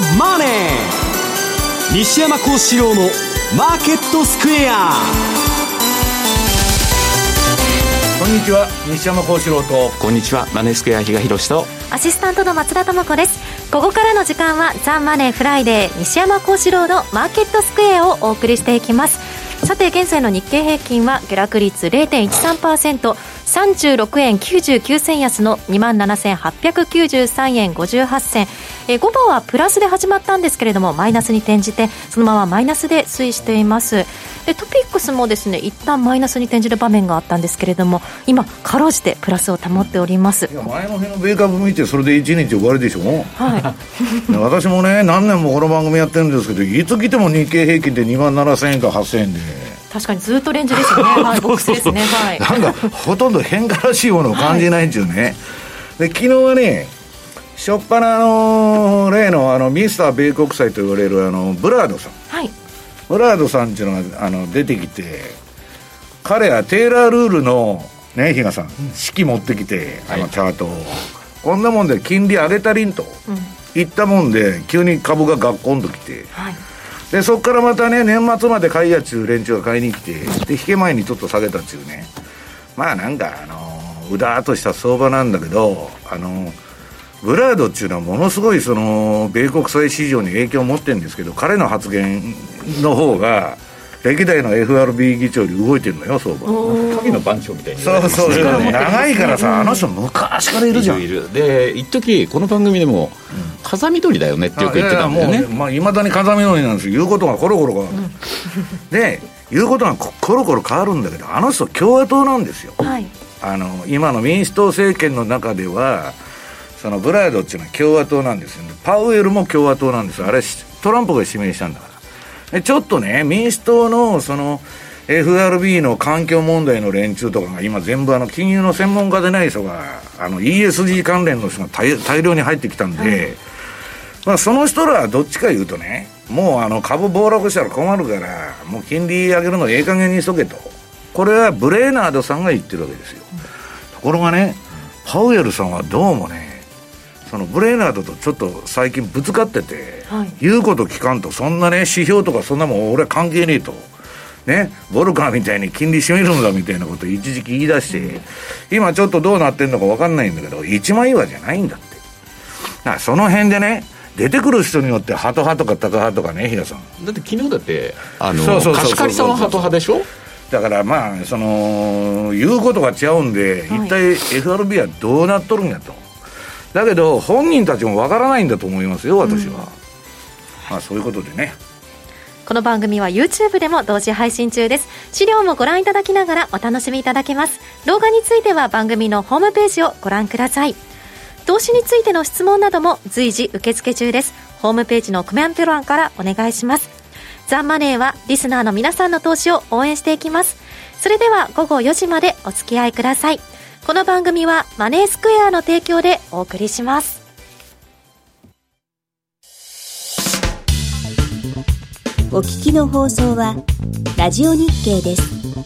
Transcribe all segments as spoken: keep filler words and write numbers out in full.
マネー」、西山孝四郎のマーケットスクエア。 こんにちは、西山孝四郎と。 こんにちは、マネースクエア比嘉宏とアシスタントの松田智子です。ここからの時間はザ・マネーフライデー、西山孝四郎のマーケットスクエアをお送りしていきます。さて現在の日経平均は下落率 れいてんいちさんパーセント、さんじゅうろくえんきゅうじゅうきゅうせん安の にまんななせんはっぴゃくきゅうじゅうさんえんごじゅうはち銭。えごばはプラスで始まったんですけれどもマイナスに転じてそのままマイナスで推移しています。でトピックスもですね一旦マイナスに転じる場面があったんですけれども今かろうじてプラスを保っております。 いや前の日の米株見てそれでいちにち終わりでしょ、 はい、 私もね何年もこの番組やってるんですけどいつ来ても日経平均でにまんななせんえんかはっせんえんで確かにずっとレンジですよね、はい、ボックスですね、はい、 なんかほとんど変化らしいものを感じないんですよね、はい、で昨日はねしょっぱなの例のあのミスター米国債と言われるあのブラードさん、 はい、 ブラードさんっていうのがあの出てきて彼はテーラールールのね比嘉さん式持ってきて、うん、あのチャートを、はい、こんなもんで金利上げたりんと、うん、言ったもんで急に株がガッコンときて、はい、でそこからまたね年末まで買いやっちゅう連中が買いに来てで引け前にちょっと下げたっちゅうねまあなんかあのうだーっとした相場なんだけどあのブラードっていうのはものすごいその米国債市場に影響を持ってるんですけど彼の発言の方が歴代の エフアールビー 議長より動いてるのよ相場。 神の番長みたいにそうそうそう長いからさあの人昔からいるじゃん。 いるいるで一時この番組でも、うん、風見鳥だよねってよく言ってたんだよね。いやいやもうまあ、未だに風見鳥なんですよ。言うことがコロコロ変わる、うん、で言うことがコロコロ変わるんだけどあの人共和党なんですよ、はい、あの今の民主党政権の中ではそのブラードっていうのは共和党なんですよね。パウエルも共和党なんですよ。あれトランプが指名したんだからでちょっとね民主党のその エフアールビー の環境問題の連中とかが今全部あの金融の専門家でない人があの イーエスジー 関連の人が 大, 大量に入ってきたんで、はいまあ、その人らはどっちか言うとねもうあの株暴落したら困るからもう金利上げるのええ加減にしとけとこれはブレーナードさんが言ってるわけですよ、うん、ところがねパウエルさんはどうもねそのブレーナードとちょっと最近ぶつかってて、はい、言うこと聞かんとそんなね指標とかそんなもん俺は関係ねえとねボルカーみたいに金利締めるんだみたいなことを一時期言い出して、うん、今ちょっとどうなってんのか分かんないんだけど一枚岩じゃないんだってだからその辺でね出てくる人によってハト派とかタカ派とかね比嘉さんだって昨日だってあの貸し借りさんはハト派でしょ。 だからまあその言うことが違うんで、はい、一体 エフアールビー はどうなっとるんやとだけど本人たちもわからないんだと思いますよ私は、うんまあ、そういうことでねこの番組は YouTube でも同時配信中です。資料もご覧いただきながらお楽しみいただけます。動画については番組のホームページをご覧ください。投資についての質問なども随時受付中です。ホームページのコメント欄からお願いします。ザ・マネーはリスナーの皆さんの投資を応援していきます。それでは午後よじまでお付き合いください。この番組はマネースクエアの提供でお送りします。 お聞きの放送はラジオ日経です。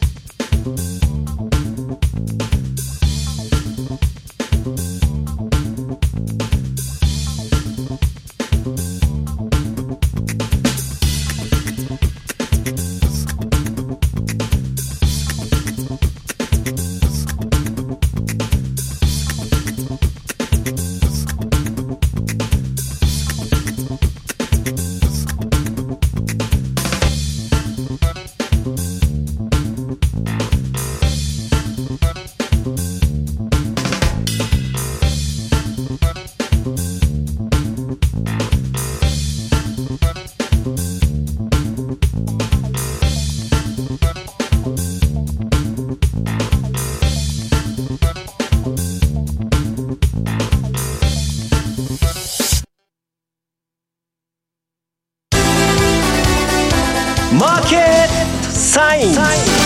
マーケットサイン。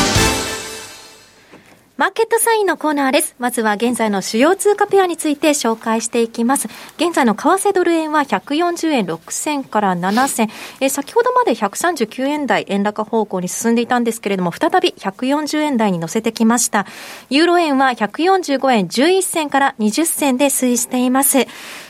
マーケットサインのコーナーです。まずは現在の主要通貨ペアについて紹介していきます。現在の為替ドル円はひゃくよんじゅうえんろく銭からなな銭、えー、先ほどまでひゃくさんじゅうきゅうえん台円高方向に進んでいたんですけれども再びひゃくよんじゅうえん台に乗せてきました。ユーロ円はひゃくよんじゅうごえんじゅういっ銭からにじゅっ銭で推移しています。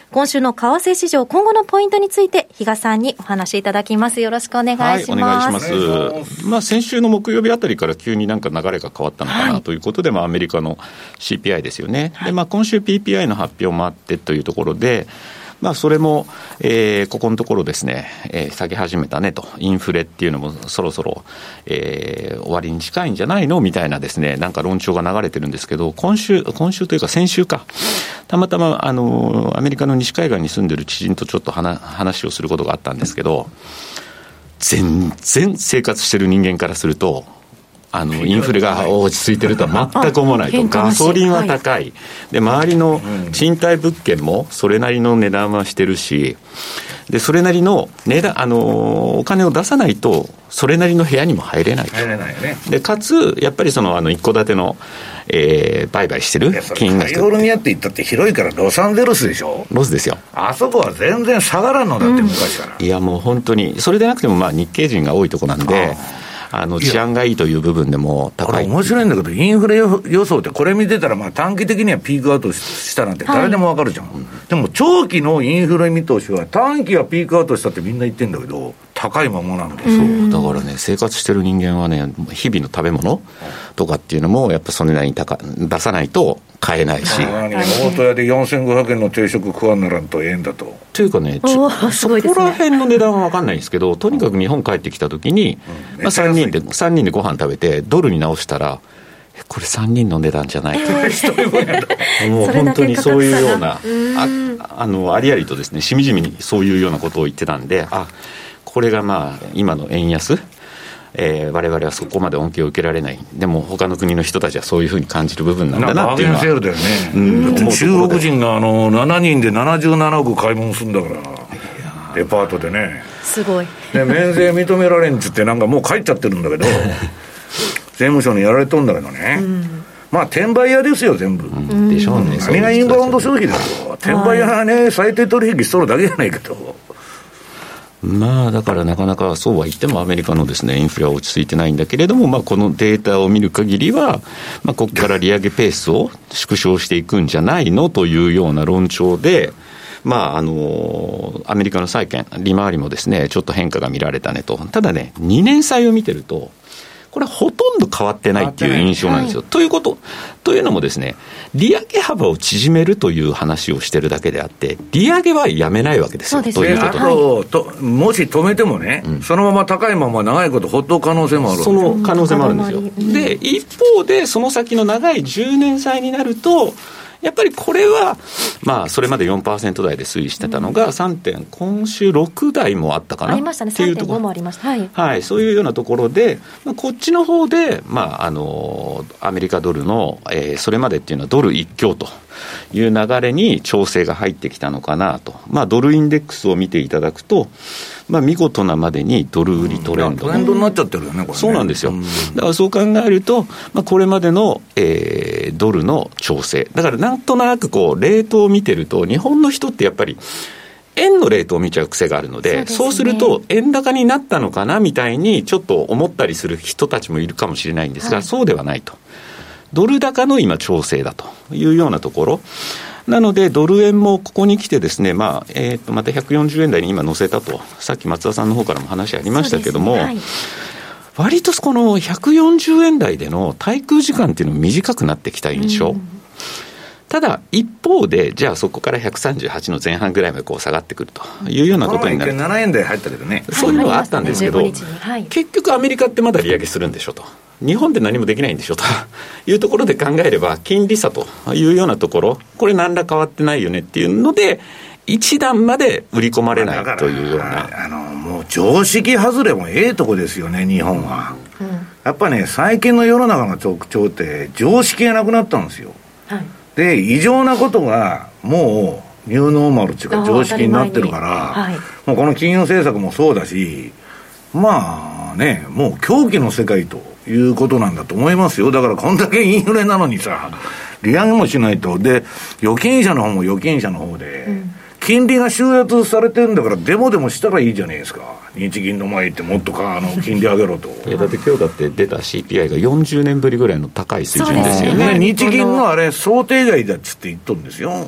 今週の為替市場今後のポイントについて比嘉さんにお話しいただきます。よろしくお願いします。 はい、お願いします。まあ、先週の木曜日あたりから急になんか流れが変わったのかな、はい、ということで、まあ、アメリカの シーピーアイ ですよね、はい、でまあ、今週 ピーピーアイ の発表もあってというところで、まあ、それも、えー、ここのところですね、えー、下げ始めたねと、インフレっていうのもそろそろ、えー、終わりに近いんじゃないのみたいなですね、なんか論調が流れてるんですけど、今週、今週というか先週か、たまたまあのアメリカの西海岸に住んでる知人とちょっと話、話をすることがあったんですけど、全然生活してる人間からすると、あのインフレが落ち着いてるとは全く思わないと。ガソリンは高い、はい、で周りの賃貸物件もそれなりの値段はしてるし、でそれなりの値段、あのお金を出さないとそれなりの部屋にも入れないと。 入れないよね。 でかつやっぱりそのあの一戸建ての、えー、売買してる金額、 カリフォルニアって言ったって広いからロサンゼルスでしょ。 ロスですよ。 あそこは全然下がらんのだって、昔から、 うん、いやもう本当にそれでなくてもまあ日系人が多いとこなんで、あの治安がいいという部分でも高い。 面白いんだけど、インフレ予想ってこれ見てたら、まあ短期的にはピークアウトしたなんて誰でもわかるじゃん、はい、でも長期のインフレ見通しは短期はピークアウトしたってみんな言ってんだけど高いままなんで、 そうだからね、生活してる人間はね、日々の食べ物とかっていうのもやっぱそれなりに高出さないと買えないし、 大戸屋でよんせんごひゃくえんの定食食わんならんと円だと。 というかね、そこら辺の値段は分かんないんですけど、とにかく日本帰ってきた時に、うん、まあ、さんにんでさんにんでご飯食べてドルに直したら、えこれさんにんの値段じゃないか、えー、もう本当にそういうような、ああのありありとですね、しみじみにそういうようなことを言ってたんで、あこれがまあ今の円安、えー、我々はそこまで恩恵を受けられない、でも他の国の人たちはそういうふうに感じる部分なんだなっていうのは、 バーゲンセールだよね、うん、中国人があのしちにんでななじゅうななおく買い物するんだから、デパートでね、 すごいで免税認められんっつってなんかもう帰っちゃってるんだけど税務署にやられとんだけどね、うん、まあ転売屋ですよ全部、うん、でしょうね。何がインバウンド消費ですよ。転売屋がね、最低取引しとるだけじゃないけど、 まあだからなかなかそうは言ってもアメリカのですねインフレは落ち着いてないんだけれども、まあこのデータを見る限りは、まあここから利上げペースを縮小していくんじゃないのというような論調で、まああのアメリカの債券利回りもですねちょっと変化が見られたねと。ただね、にねん債を見てるとこれほとんど変わってないっていう印象なんですよ、はい、ということというのもですね、利上げ幅を縮めるという話をしてるだけであって、利上げはやめないわけですよ。 そうですということで、 あとともし止めてもね、うん、そのまま高いまま長いことほっとく可能性もある。 その可能性もあるんですよ、うん、で一方でその先の長いじゅうねん債になるとやっぱりこれは、まあ、それまで よんパーセント 台で推移してたのがさんてん、今週ろく台もあったかな。 ありましたね、さんてんごもありました。はい。 はい、そういうようなところで、まあ、こっちの方で、まあ、あの、アメリカドルの、えー、それまでっていうのはドル一強という流れに調整が入ってきたのかなと。まあ、ドルインデックスを見ていただくと、まあ、見事なまでにドル売りトレンド、 うん、トレンドになっちゃってるよね、これね。 そうなんですよ、うん、だからそう考えると、まあ、これまでの、えー、ドルの調整だからなんとなくこうレートを見てると日本の人ってやっぱり円のレートを見ちゃう癖があるの で, そうですね、そうすると円高になったのかなみたいにちょっと思ったりする人たちもいるかもしれないんですが、はい、そうではないと。ドル高の今調整だというようなところなので、ドル円もここに来てですね、まあえー、とまたひゃくよんじゅうえん台に今乗せたと、さっき松田さんの方からも話ありましたけども、ね、はい、割とこのひゃくよんじゅうえん台での滞空時間っていうのも短くなってきた印象、うん、ただ一方でじゃあそこからひゃくさんじゅうはちの前半ぐらいまでこう下がってくるというようなことになる。 ななえん台入ったけどね、 そういうのはあったんですけど、はい、結局アメリカってまだ利上げするんでしょと、日本で何もできないんでしょというところで考えれば、金利差というようなところ、これ何ら変わってないよねっていうので一段まで売り込まれないというような、 あのもう常識外れもええとこですよね日本は、うん、やっぱね最近の世の中の特徴って常識がなくなったんですよ、はい、で異常なことがもうニューノーマルっていうか常識になってるから、はい、もうこの金融政策もそうだし、まあねもう狂気の世界ということなんだと思いますよ。だからこんだけインフレなのにさ利上げもしないと。で預金者の方も預金者の方で、うん、金利が集約されてるんだからデモでもしたらいいじゃないですか。日銀の前行ってもっとかあの金利上げろといやだって今日だって出た シーピーアイ がよんじゅうねんぶりぐらいの高い水準ですよね。 日銀のあれ想定外だっつって言っとるんですよ。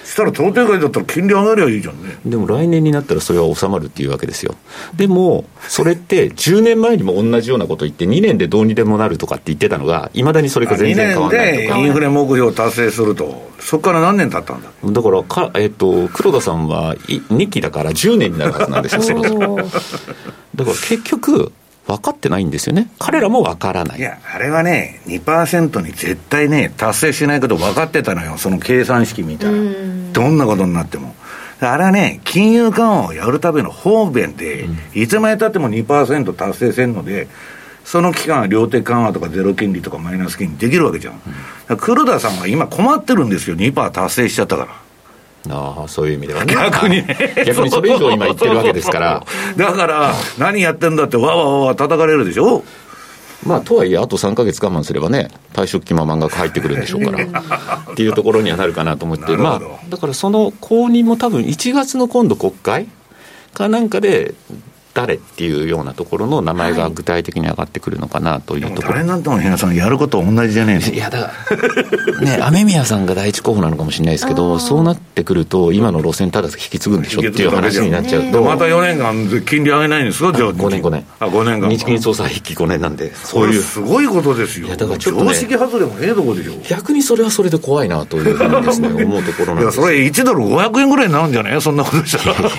したら想定外だったら金利上がりゃいいじゃんね。 でも来年になったらそれは収まるっていうわけですよ。でもそれってじゅうねんまえにも同じようなこと言ってにねんでどうにでもなるとかって言ってたのがいまだにそれが全然変わらないとか。 にねんでインフレ目標を達成すると、そこから何年経ったんだ。 だからか、えー、と黒田さんはにきだからじゅうねんになるはずなんですよだから結局分かってないんですよね。彼らも分からない。 いや、あれはね にパーセント に絶対ね達成しないこと分かってたのよ。その計算式見たらどんなことになっても。あれはね金融緩和をやるための方便で、うん、いつまでたっても にパーセント 達成せんので、その期間は量的緩和とかゼロ金利とかマイナス金利できるわけじゃん、うん、黒田さんは今困ってるんですよ。 にパーセント 達成しちゃったから。 ああ、そういう意味ではね。 逆にね。 逆にそれ以上今言ってるわけですから。 だから、何やってんだってわわわわ叩かれるでしょ。 まあ、とはいえ、あとさんかげつ我慢すればね、退職金も満額入ってくるんでしょうから、っていうところにはなるかなと思って、まあ、だからその後任も多分いちがつの今度国会かなんかで、誰っていうようなところの名前が具体的に上がってくるのかなというところ、はい、 誰なんとも皆さんやること同じじゃねえの。 いやだからね、雨宮さんが第一候補なのかもしれないですけど、そうなってくると今の路線ただ引き継ぐんでしょっていう話になっちゃうと、 またよねんかん金利上げないんですか。じゃあごねんごねんあごねんかん日銀総裁筆記ごねんなんで、 そういうすごいことですよ。 いやだからちょっと、ね、 常識外れもええとこでしょ。 逆にそれはそれで怖いなというふうにですね思うところなんです。 いやそれいちドルごひゃくえんぐらいになるんじゃないそんなことしたら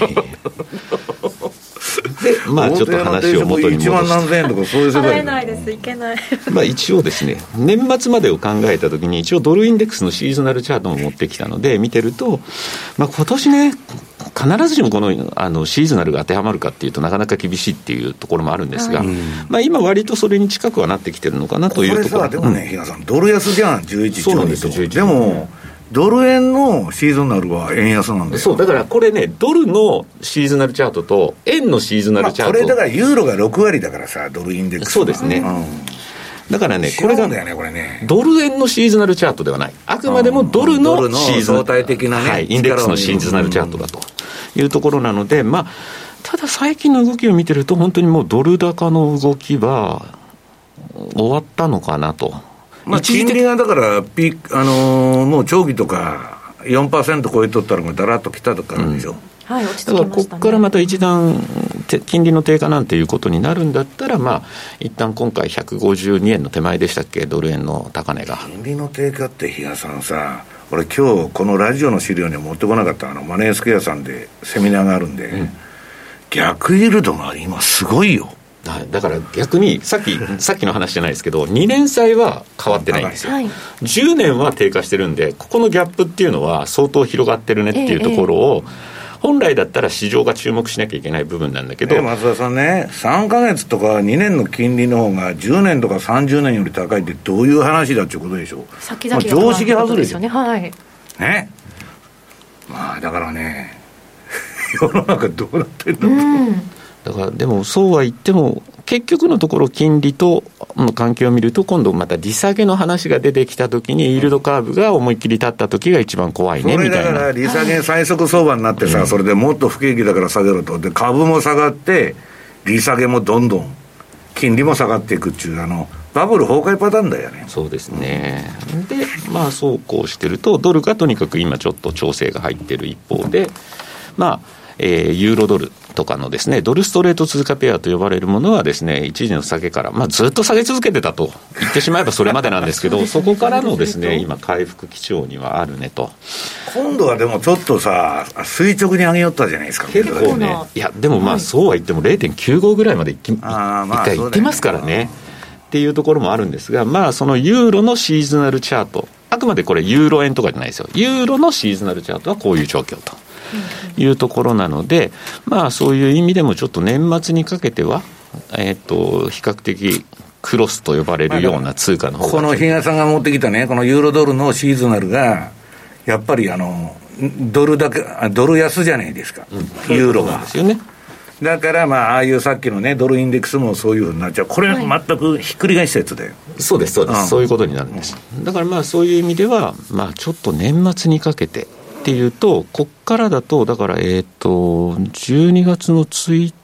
でまあちょっと話を元に戻していちまん何千円とかそういう世界払えないです、いけないまあ一応ですね、年末までを考えたときに一応ドルインデックスのシーズナルチャートも持ってきたので見てると、まあ、今年ね必ずしもこの、あのシーズナルが当てはまるかっていうとなかなか厳しいっていうところもあるんですが、はい、まあ、今割とそれに近くはなってきてるのかなというところ。 これさでもね、比嘉さんドル安じゃんじゅういちちょうそうなんですよ。じゅういちでもドル円のシーズナルは円安なんだよ。 そうだからこれね、ドルのシーズナルチャートと円のシーズナルチャート、 まあ、これだからユーロがろくわりだからさ、ドルインデックス。 そうですね、うん、だからねこれがねこれねドル円のシーズナルチャートではない、あくまでもドルのシーズナル、 相対的なね、 はい、インデックスのシーズナルチャートだというところなので、まあただ最近の動きを見てると本当にもうドル高の動きは終わったのかなと。 まあ、金利がだからピ、あのー、もう長期とかよんパーセント 超えとったらもうだらっときたとかあるでしょ、うん、 はい、落ち着きましたね。 だからここからまた一段金利の低下なんていうことになるんだったら、まあ一旦今回ひゃくごじゅうにえんの手前でしたっけ、ドル円の高値が。 金利の低下って比嘉さんさ、俺今日このラジオの資料には持ってこなかったあのマネースクエアさんでセミナーがあるんで、うん、逆イールドが今すごいよ。 だから逆にさっきさっきの話じゃないですけど、にねん債は変わってないんですよ、はい、じゅうねんは低下してるんで、ここのギャップっていうのは相当広がってるねっていうところを、ええ、本来だったら市場が注目しなきゃいけない部分なんだけど、 ね、松田さんね、さんかげつとかにねんの金利の方がじゅうねんとかさんじゅうねんより高いってどういう話だっていうことでしょ。 先々が常識外れですよね、 はい、 ね、まあだからね世の中どうなってんのと、 うんだからでもそうは言っても結局のところ金利との関係を見ると今度また利下げの話が出てきたときにイールドカーブが思いっきり立ったときが一番怖いねみたいな。 それだから利下げ最速相場になってさ、はい、それでもっと不景気だから下げろと、で株も下がって利下げもどんどん金利も下がっていくっていうあのバブル崩壊パターンだよね。 そうですね、うん、でまあそうこうしてるとドルがとにかく今ちょっと調整が入ってる一方で、まあえー、ユーロドルとかのですねドルストレート通貨ペアと呼ばれるものはですね一時の下げから、まあ、ずっと下げ続けてたと言ってしまえばそれまでなんですけどそこからのですね今回復基調にはあるねと。 今度はでもちょっとさ垂直に上げよったじゃないですか。 結構ね、いやでもまあそうは言っても れいてんきゅうご ぐらいまでいき、まあ、一回いってますからねっていうところもあるんですが、まあそのユーロのシーズナルチャート、あくまでこれユーロ円とかじゃないですよ、ユーロのシーズナルチャートはこういう状況というところなので、まあそういう意味でもちょっと年末にかけては、えー、と比較的クロスと呼ばれるような通貨の方が、 この比嘉さんが持ってきたねこのユーロドルのシーズナルがやっぱりあのドルだけドル安じゃないですか、うん、ユーロがですよね。 だからまあああいうさっきのねドルインデックスもそういうふうになっちゃう。これ全くひっくり返したやつだよ。 そうですそうです、うん、そういうことになるんです。だからまあそういう意味では、まあ、ちょっと年末にかけてっていうとこっからだとだからえっとじゅうにがつのつい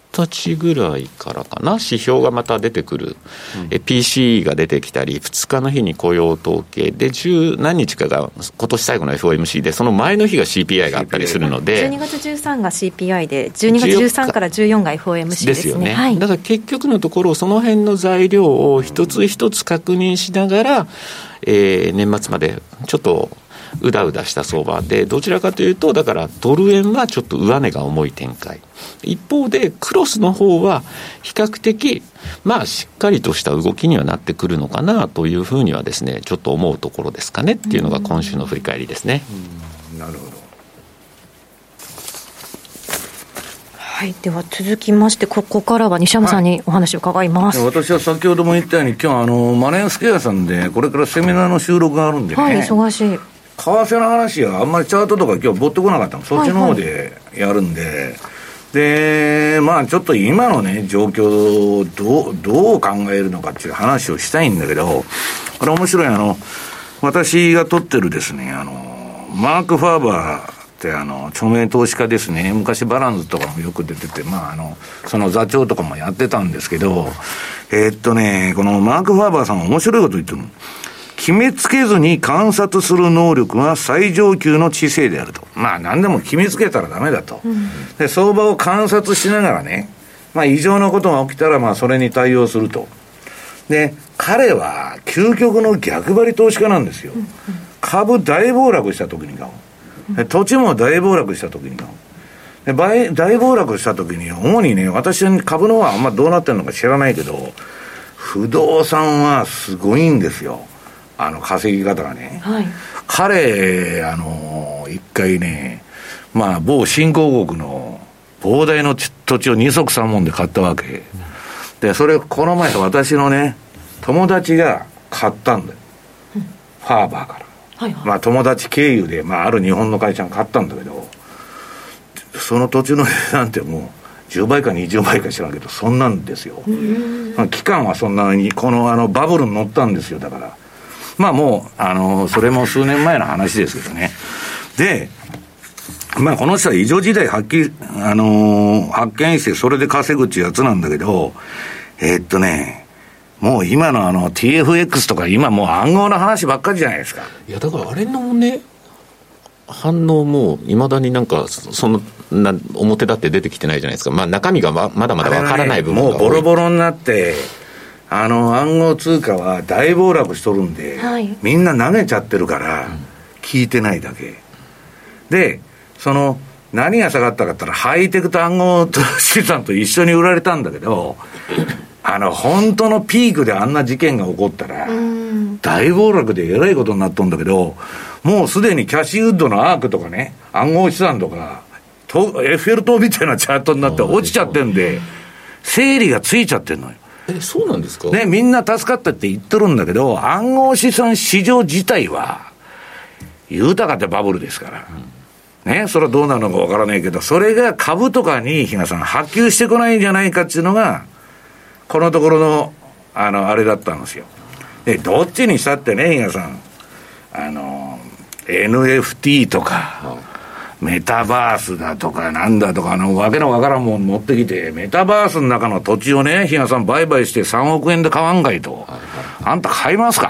日ぐらいからかな、指標がまた出てくる、うん、え ピーシー が出てきたり、ふつかの日に雇用統計で十何日かが今年最後の エフオーエムシー で、その前の日が シーピーアイ があったりするので、 じゅうにがつじゅうさんが シーピーアイ で、じゅうにがつじゅうさんからじゅうよんが エフオーエムシー ですね。 ですよね、 はい、 だから結局のところその辺の材料を一つ一つ確認しながら、えー、年末までちょっとうだうだした相場で、どちらかというとだからドル円はちょっと上値が重い展開、一方でクロスの方は比較的まあしっかりとした動きにはなってくるのかなというふうにはですね、ちょっと思うところですかねっていうのが今週の振り返りですね。 うん、なるほど。 はい、では続きましてここからは西山さんにお話を伺います。 はい、私は先ほども言ったように今日あのマネースクエアさんでこれからセミナーの収録があるんでね、 はい、忙しい。 為替の話はあんまりチャートとか今日持ってこなかったの、そっちの方でやるんで、はいはい、でまあちょっと今のね状況をどうどう考えるのかっていう話をしたいんだけど、これ面白い、あの私が取ってるですね、あのマーク・ファーバーってあの著名投資家ですね、昔バランズとかもよく出てて、まああのその座長とかもやってたんですけど、えー、っとねこのマーク・ファーバーさんは面白いこと言ってるの。決めつけずに観察する能力は最上級の知性であると。まあ何でも決めつけたらダメだと、うん、で相場を観察しながらね、まあ異常なことが起きたらまあそれに対応すると。で彼は究極の逆張り投資家なんですよ、うんうん、株大暴落した時に買う、土地も大暴落した時に買う。で大暴落した時に主にね、私は株のはあんまどうなってるのか知らないけど、不動産はすごいんですよ、あの稼ぎ方がね、はい、彼あの一回ね、まあ某新興国の膨大の土地を二足三門で買ったわけ、うん、でそれこの前私のね友達が買ったんだよ、うん、ファーバーから、はいはい、まあ友達経由で、まあ、ある日本の会社が買ったんだけど、その土地の値段ってもうじゅうばいかにじゅうばいか知らんけどそんなんですよ、まあ、期間はそんなにこのあのバブルに乗ったんですよ。だからまあもう、あの、それも数年前の話ですけどね。で、まあこの人は異常事態発揮、あのー、発見してそれで稼ぐっていうやつなんだけど、えー、っとね、もう今のあの ティーエフエックス とか今もう暗号の話ばっかりじゃないですか。 いやだからあれのね、反応もいまだになんかそのな表立って出てきてないじゃないですか。まあ中身がまだまだわからない部分が多い、 ね、もうボロボロになって、あの暗号通貨は大暴落しとるんで、はい、みんな投げちゃってるから聞いてないだけ、うん、でその何が下がったかって言ったらハイテクと暗号資産と一緒に売られたんだけどあの本当のピークであんな事件が起こったら、うん、大暴落でえらいことになっとんだけど、もうすでにキャシーウッドのアークとかね、暗号資産とかとエッフェル塔みたいなチャートになって落ちちゃってんで、整理がついちゃってんのよ。 え、そうなんですかね、みんな助かったって言ってるんだけど、暗号資産市場自体は豊かってバブルですから、うん、ね、それはどうなるのかわからないけど、それが株とかに比嘉さん波及してこないんじゃないかっていうのがこのところのあのあれだったんですよ。でどっちにしたってね、比嘉さん、あの エヌエフティー とか、うん、メタバースだとかなんだとか、あのわけのわからんもん持ってきて、メタバースの中の土地をね、比嘉さん売買してさんおくえんで買わんかいと、はいはい、あんた買いますか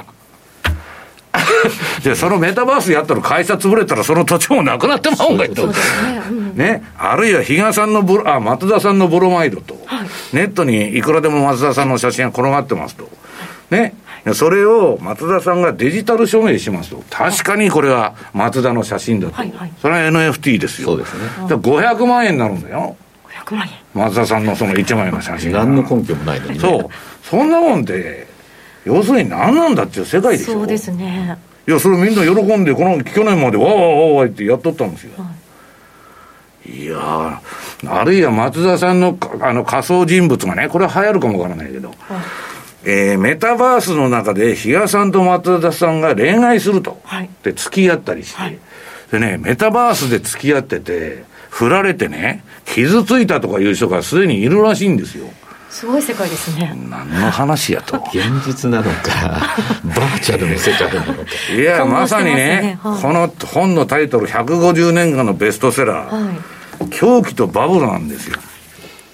でそのメタバースやったら会社潰れたらその土地もなくなってまうんかいと、ねうん、ね、あるいは比嘉さんのブロあ松田さんのブロマイドと、はい、ネットにいくらでも松田さんの写真が転がってますと、ね、それを松田さんがデジタル署名しますと、確かにこれは松田の写真だと、はいはい、それは エヌエフティー ですよ。 そうですね。 だからごひゃくまんえんになるんだよ、 ごひゃくまんえん、 松田さんのそのいちまいの写真が何の根拠もないのにね。 そう、そんなもんで要するに何なんだっていう世界でしょ。 そうですね。 いやそれみんな喜んでこの去年までわーわーわーわーってやっとったんですよ、はい、いやあるいは松田さんのあの仮想人物がね、これは流行るかもわからないけど、はい、えー、メタバースの中で比嘉さんと松田さんが恋愛すると、はい、で付き合ったりして、はい、でね、メタバースで付き合ってて振られてね傷ついたとかいう人がすでにいるらしいんですよ。 すごい世界ですね。 何の話やと現実なのかバーチャルの世界なのかいやまさにね、はい、この本のタイトルひゃくごじゅうねんかんのベストセラー、はい、狂気とバブルなんですよ。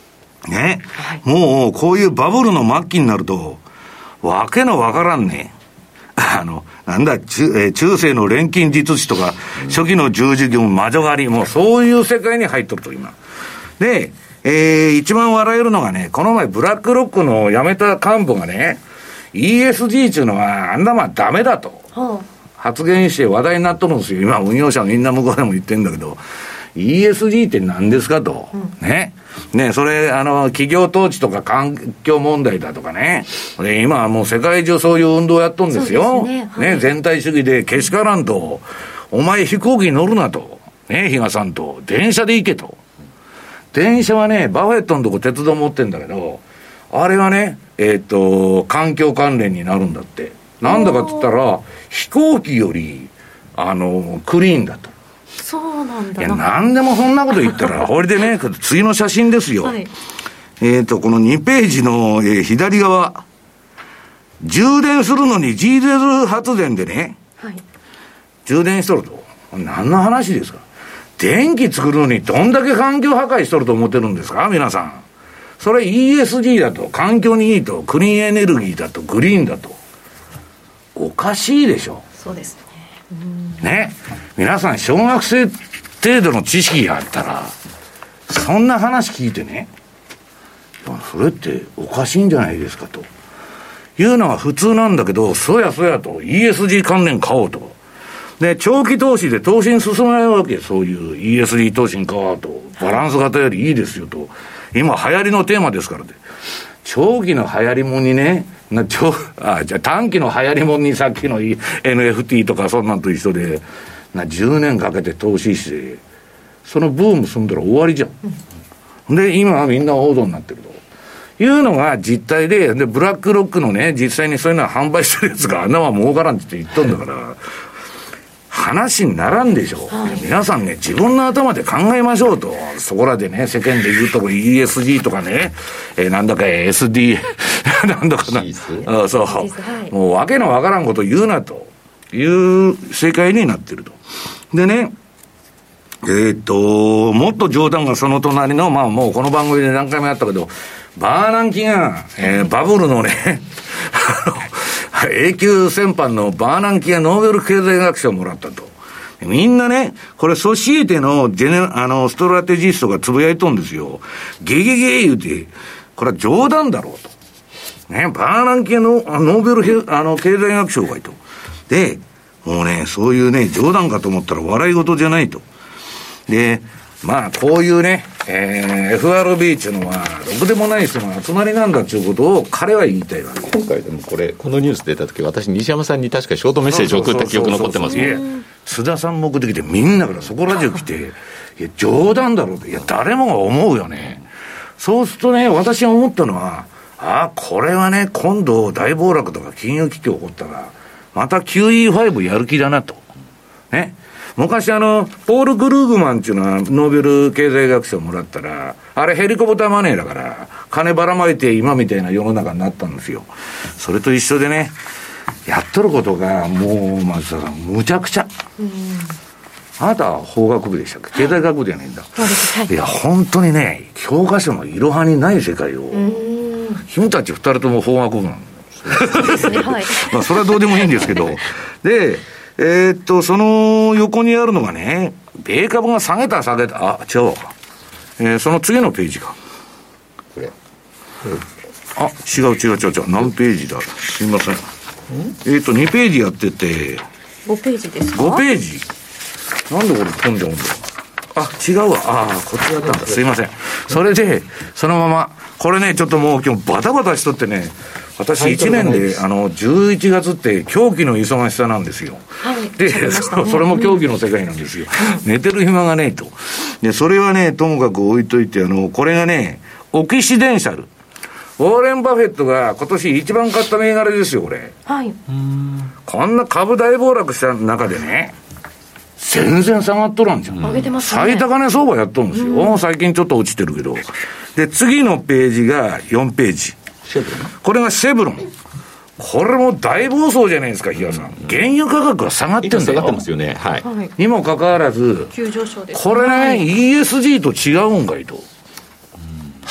ね、はい、もうこういうバブルの末期になるとわけのわからんねあのなんだ 中,、えー、中世の錬金術師とか、うん、初期の十字軍魔女狩りもうそういう世界に入っとると今で、えー、一番笑えるのがね、この前ブラックロックの辞めた幹部がね イーエスジー っていうのはあんなまあダメだと、はあ、発言して話題になっとるんですよ。今運用者みんな向こうでも言ってるんだけど イーエスジー って何ですかと、うん、ねね、それ、あの、企業統治とか環境問題だとかね。で、今はもう世界中そういう運動をやっとるんですよ。ね、はい、ね、全体主義でけしからんと、お前飛行機に乗るなと。ね、比嘉さんと、電車で行けと。電車はね、バフェットのとこ鉄道持ってんだけど、あれはね、えっと、環境関連になるんだって。なんだかって言ったら、飛行機より、あの、クリーンだと。 そうなんだ。 いや、なんでもそんなこと言ったら、これでね、次の写真ですよ。はい、えっと、このにページの、えー、左側。充電するのに ジーゼル 発電でね、はい、充電しとると。何の話ですか。電気作るのにどんだけ環境破壊しとると思ってるんですか皆さん。それ イーエスジー だと、環境にいいと、クリーンエネルギーだと、グリーンだと。おかしいでしょ。 そうですね。 ね、皆さん小学生程度の知識があったらそんな話聞いてね、それっておかしいんじゃないですかというのが普通なんだけど、そやそやと イーエスジー 関連買おうと。で、長期投資で投資に進まないわけ。そういう イーエスジー 投資に買おうと。バランス型よりいいですよと。今流行りのテーマですからで。長期の流行りもんにね、なちょあじゃあ短期の流行りもんにさっきの エヌエフティー とかそんなんと一緒でなじゅうねんかけて投資してそのブーム済んだら終わりじゃん、うん、で今はみんな王道になってるというのが実態で、でブラックロックのね実際にそういうのは販売してるやつがあんなは儲からんって言っとんだから話にならんでしょう、はい、皆さんね自分の頭で考えましょうと。そこらでね世間で言うとこ イーエスジー とかね、えー、なんだか エスディー なんだかなあそう、はい、もうわけのわからんこと言うなという世界になってると。でねえー、っともっと冗談がその隣のまあもうこの番組で何回もやったけどバーナンキが、えー、バブルのね永久戦犯のバーナンキがノーベル経済学賞をもらったと。みんなね、これソシエテのジェネあのストラテジストがつぶやいとんですよ。ゲゲゲ言うて、これは冗談だろうと。ね、バーナンキのノーベルあの経済学賞がいと。で、もうね、そういうね、冗談かと思ったら笑い事じゃないと。で、まあ、こういうね、えー、エフアールビー っていうのは、ろくでもない人の集まりなんだっていうことを彼は言いたいわけ。 今回でもこれ、このニュース出たとき、私、西山さんに確かショートメッセージを送った記憶残ってますもん。 須田さんも送ってきて、みんなからそこラジオ来て、いや、冗談だろうって、いや、誰もが思うよね。そうするとね、私が思ったのは、ああ、これはね、今度大暴落とか金融危機起こったら、また キューイーファイブ やる気だなと。ね。昔あの、ポール・グルーグマンっていうのはノーベル経済学賞もらったら、あれヘリコプターマネーだから、金ばらまいて今みたいな世の中になったんですよ。それと一緒でね、やっとることがもう、松田さん、むちゃくちゃ。うん、あなたは法学部でしたっけ？経済学部じゃないんだ。そうです。はい。いや、本当にね、教科書のいろはにない世界を、君たち二人とも法学部なの。そうですね、はい。まあ、それはどうでもいいんですけど。で、えー、っと、その横にあるのがね、米株が下げた下げた、あ、違うわ。えー、その次のページか。これ。あ、違う違う違う違う。何ページだ。すいません。えー、っと、にページやってて。 ごページですか？ ごページ。なんでこれ飛んじゃうんだろう。あ、違うわ。ああ、こっちだったんだ。すいません。それで、そのまま、これね、ちょっともう今日バタバタしとってね、私いちねんで、あの、じゅういちがつって狂気の忙しさなんですよ。はい、で、ね、そ, それも狂気の世界なんですよ。うん、寝てる暇がねえと。で、それはね、ともかく置いといて、あの、これがね、オキシデンシャル。ウォーレン・バフェットが今年一番買った銘柄ですよ、これ。はい。こんな株大暴落した中でね、全然下がっとらんじゃん。上げてますね。最高値相場やっとるんですよ。最近ちょっと落ちてるけど。で、次のページがよんページ。これがシェブロン。これも大暴走じゃないですか、比嘉さん。原油価格が下がってんだよ。 下がってますよね。はい。 にもかかわらず、 急上昇です。 これね、イーエスジー と違うんかいと。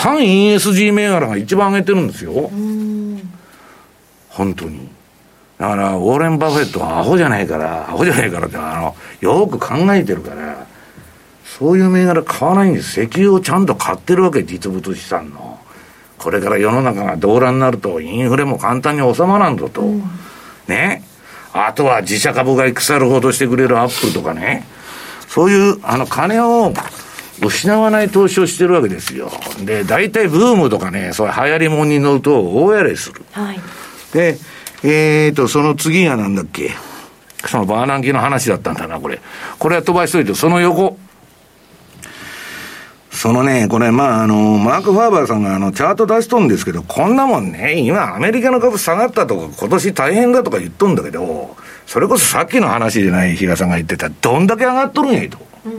反 イーエスジー 銘柄が一番上げてるんですよ。本当に。だから、ウォーレン・バフェットはアホじゃないから、アホじゃないからって、あの、よく考えてるから、そういう銘柄買わないんです。石油をちゃんと買ってるわけ、実物資産の。これから世の中が動乱になると、インフレも簡単に収まらんぞと。うん、ね。あとは自社株が腐るほどしてくれるアップルとかね。そういう、あの、金を失わない投資をしてるわけですよ。で、大体ブームとかね、そういう流行り物に乗ると大やれする。はい。で、えーと、その次がなんだっけ。そのバーナンキの話だったんだな、これ。これは飛ばしといて、その横。そのね、これ、まあ、あの、マーク・ファーバーさんがあの、チャート出しとんですけど、こんなもんね、今アメリカの株下がったとか、今年大変だとか言っとんだけど、それこそさっきの話じゃない、比嘉さんが言ってた、どんだけ上がっとるんやいと。うんうん、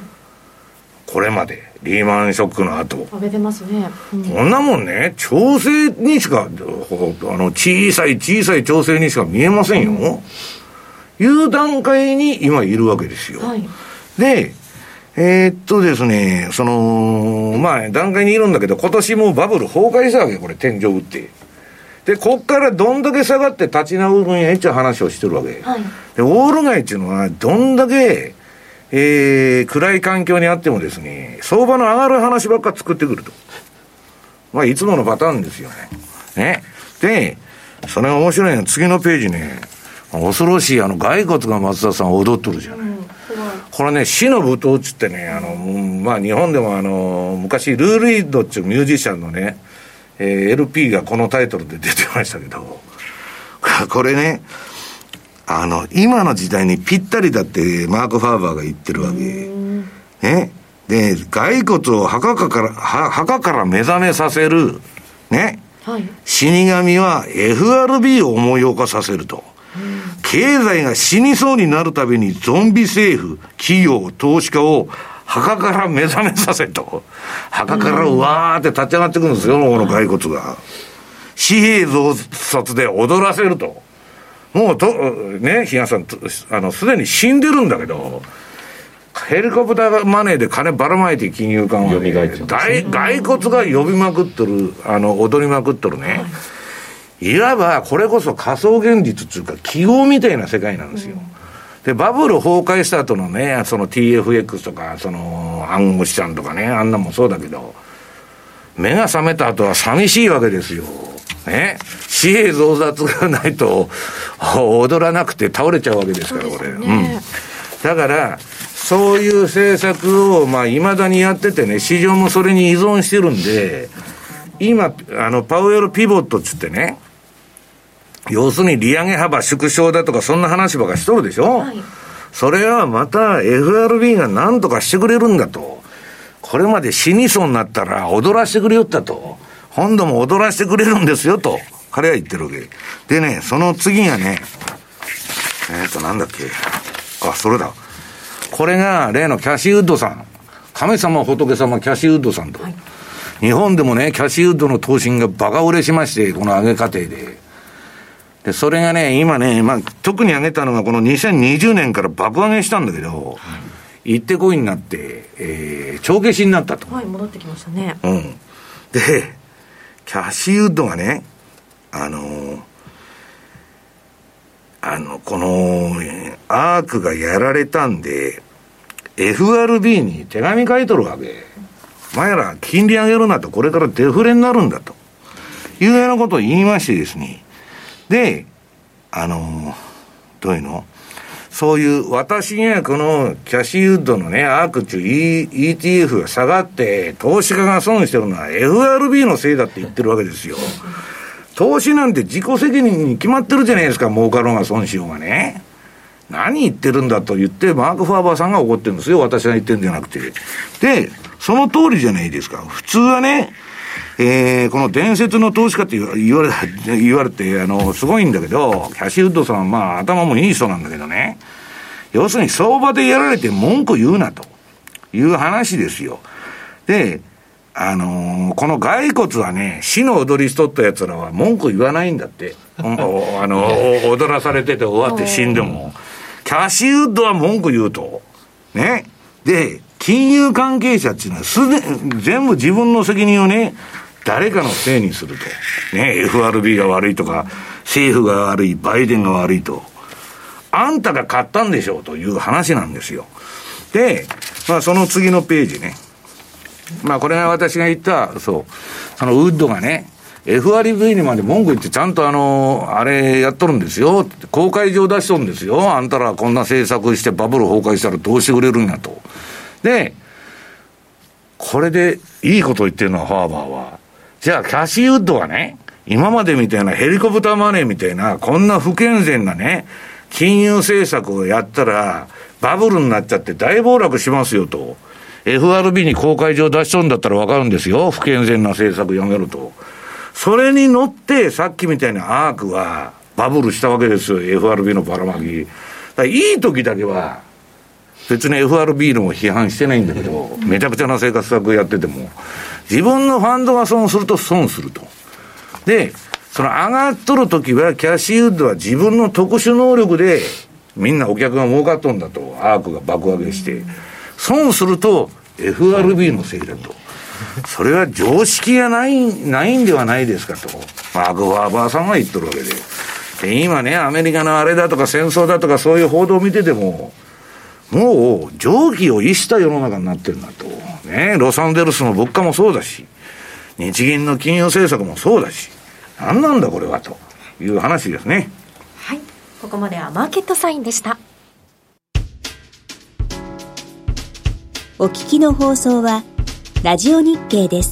これまで、リーマンショックの後。 上げてますね。 うん、こんなもんね、調整にしか、あの、小さい小さい調整にしか見えませんよ。うん、いう段階に今いるわけですよ。はい、で、えー、っとですね、その、まあ、段階にいるんだけど、今年もバブル崩壊したわけ、これ、天井打って。で、こっからどんだけ下がって立ち直るんや、っていう話をしてるわけ。はい、で、ウォール街っていうのは、どんだけ、えー、暗い環境にあってもですね、相場の上がる話ばっか作ってくると。まあ、いつものパターンですよね。ね。で、それが面白いのは、次のページね、恐ろしい、あの、骸骨が松田さん踊っとるじゃない。うん、これね、死の舞踏っつってね、あの、まあ日本でもあの、昔、ルー・リードっていうミュージシャンのね、えー、エルピー がこのタイトルで出てましたけど、これね、あの、今の時代にぴったりだってマーク・ファーバーが言ってるわけ。ね。で、骸骨を墓から、墓から目覚めさせる、ね。はい、死神は エフアールビー を思い起こさせると。経済が死にそうになるたびにゾンビ政府、企業、投資家を墓から目覚めさせと。墓からうわーって立ち上がってくるんですよ、この骸骨が。紙幣増刷で踊らせると。もうと、ね、比嘉さん、あの、すでに死んでるんだけど、ヘリコプターマネーで金ばらまいて金融緩和で、骸骨が呼びまくっとる、あの、踊りまくっとるね。はい、いわば、これこそ仮想現実っていうか、記号みたいな世界なんですよ。うん、で、バブル崩壊した後のね、その ティーエフエックス とか、その、暗号資産とかね、あんなもそうだけど、目が覚めた後は寂しいわけですよ。ね。紙幣増刷がないと、踊らなくて倒れちゃうわけですから、これ。うん。だから、そういう政策を、まあ、未だにやっててね、市場もそれに依存してるんで、今、あの、パウエルピボットっつってね、要するに利上げ幅縮小だとかそんな話ばっかしとるでしょ、はい、それはまた エフアールビー が何とかしてくれるんだと。これまで死にそうになったら踊らしてくれよったと。今度も踊らしてくれるんですよと。彼は言ってるわけ。でね、その次がね、えっとなんだっけ。あ、それだ。これが例のキャシーウッドさん。神様仏様キャシーウッドさんと。はい、日本でもね、キャシーウッドの投信がバカ売れしまして、この上げ過程で。で、それがね、今ね、まあ、特に上げたのがこのにせんにじゅうねんから爆上げしたんだけど、うん、行ってこいになって、えー、帳消しになったと。 はい、戻ってきましたね。 うん。で、キャシーウッドがね、あのー、あの、この、アークがやられたんで、エフアールビー に手紙書いとるわけ。お前ら金利上げるなと、これからデフレになるんだと。いうようなことを言いましてですね。で、あの、どういうの？そういう私がこのキャシーウッドのね、アークっていう イーティーエフ が下がって、投資家が損してるのは エフアールビー のせいだって言ってるわけですよ。投資なんて自己責任に決まってるじゃないですか、儲かろうが損しようがね。何言ってるんだと言って、マーク・ファーバーさんが怒ってるんですよ。私が言ってるんじゃなくて。で、その通りじゃないですか。普通はね、えー、この伝説の投資家って言われ、言われて、あの、すごいんだけど、キャシーウッドさんはまあ頭もいい人なんだけどね。要するに相場でやられて文句言うなという話ですよ。で、あのー、この骸骨はね、死の踊りしとった奴らは文句言わないんだって。あの、踊らされてて終わって死んでも。キャシーウッドは文句言うと。ね。で、 金融関係者っていうのはすでに全部自分の責任をね、誰かのせいにすると。ね、エフアールビー が悪いとか、政府が悪い、バイデンが悪いと。あんたが買ったんでしょうという話なんですよ。で、まあその次のページね。まあこれが私が言った、そう、そのウッドがね、エフアールビー にまで文句言ってちゃんとあの、あれやっとるんですよ。公開上出しとるんですよ。あんたらこんな政策してバブル崩壊したらどうしてくれるんやと。で、これでいいこと言ってるのはファーバーは。じゃあキャシーウッドはね、今までみたいなヘリコプターマネーみたいな、こんな不健全なね、金融政策をやったら、バブルになっちゃって大暴落しますよと。エフアールビー に公開上出しとるんだったらわかるんですよ。不健全な政策やめると。それに乗って、さっきみたいなアークはバブルしたわけですよ。エフアールビー のばらまき。だからいい時だけは、別に エフアールビー のも批判してないんだけど、めちゃくちゃな生活策やってても、自分のファンドが損すると損すると。で、その上がっとるときは、キャシーウッドは自分の特殊能力で、みんなお客が儲かっとんだと、アークが爆上げして、損すると エフアールビー のせいだと。それは常識がない、ないんではないですかと。マーク・ファーバーさんが言っとるわけで。で、今ね、アメリカのあれだとか戦争だとかそういう報道を見てても、もう常軌を逸した世の中になってるんだと。ね、ロサンゼルスの物価もそうだし、日銀の金融政策もそうだし、何なんだこれはという話ですね。 はい、ここまではマーケットサインでした。 お聞きの放送はラジオ日経です。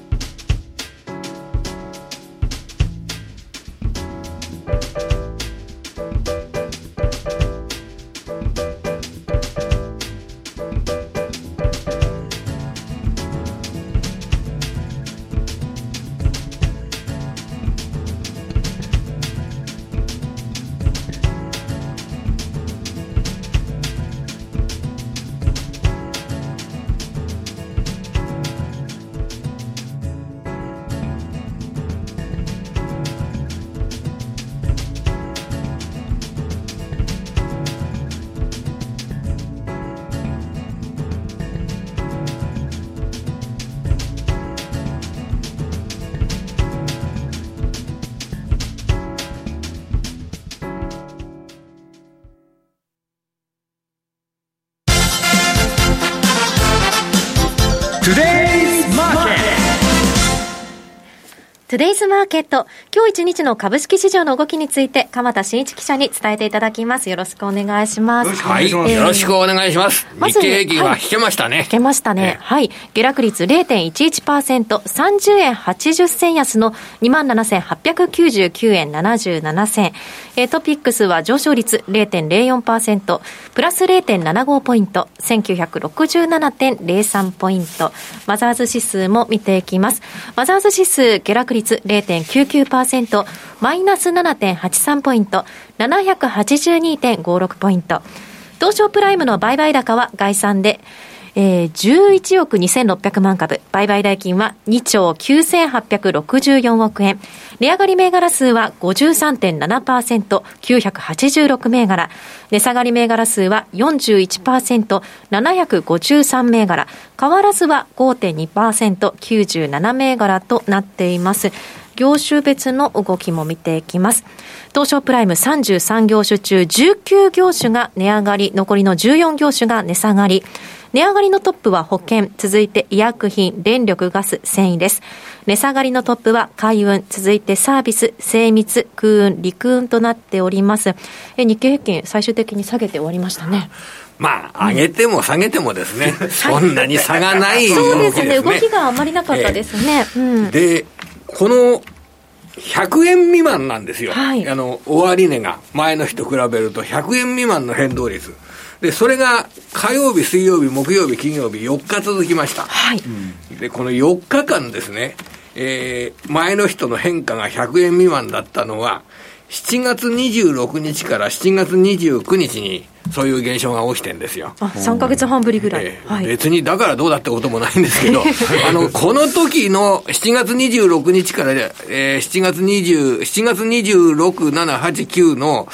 トゥデイズマーケット、今日一日の株式市場の動きについて鎌田新一記者に伝えていただきます。よろしくお願いします。 はい、えー、よろしくお願いします。まず日経平均は引けましたね。 引けましたね。はい。下落率 れいてんいちいちパーセント、さんじゅうえんはちじゅっせん安の にまんななせんはっぴゃくきゅうじゅうきゅうえんななじゅうななせん。えー、トピックスは上昇率 れいてんれいよんパーセント、プラス れいてんななご ポイント、せんきゅうひゃくろくじゅうななてんれいさん ポイント。マザーズ指数も見ていきます。マザーズ指数下落率 れいてんきゅうきゅうパーセント、マイナス ななてんはちさん ポイント、ななひゃくはちじゅうにてんごろく ポイント。東証プライムの売買高は概算で、えー、じゅういちおくにせんろっぴゃくまんかぶ、売買代金はにちょうきゅうせんはっぴゃくろくじゅうよんおくえん、値上がり銘柄数は ごじゅうさんてんななパーセント、きゅうひゃくはちじゅうろく銘柄、値下がり銘柄数は よんじゅういちパーセント、ななひゃくごじゅうさん銘柄、変わらずは ごてんにパーセント、きゅうじゅうなな銘柄となっています。業種別の動きも見ていきます。東証プライムさんじゅうさんぎょうしゅ中じゅうきゅうぎょうしゅが値上がり、残りのじゅうよんぎょうしゅが値下がり。値上がりのトップは保険、続いて医薬品、電力ガス、繊維です。値下がりのトップは海運、続いてサービス、精密、空運、陸運となっております。え日経平均最終的に下げて終わりましたね。 まあ、上げても下げてもですね、うん、そんなに差がない動きですね。 そうですね、動きがあまりなかったですね。えーうん、 で、このひゃくえん未満なんですよ、 はい、 あの終値が前の日と比べるとひゃくえん未満の変動率で、それが火曜日、水曜日、木曜日、金曜日よっか続きました、 はい、 でこのよっかかんですね、えー、前の日との変化がひゃくえん未満だったのはしちがつにじゅうろくにちからしちがつにじゅうくにちにそういう現象が起きてるんですよ。 あ、さんかげつはんぶりぐらい、 えーはい、別にだからどうだってこともないんですけどあのこの時のしちがつにじゅうろくにちから、えー、しちがつにじゅう、しちがつにじゅうろく、なな、はち、きゅうの、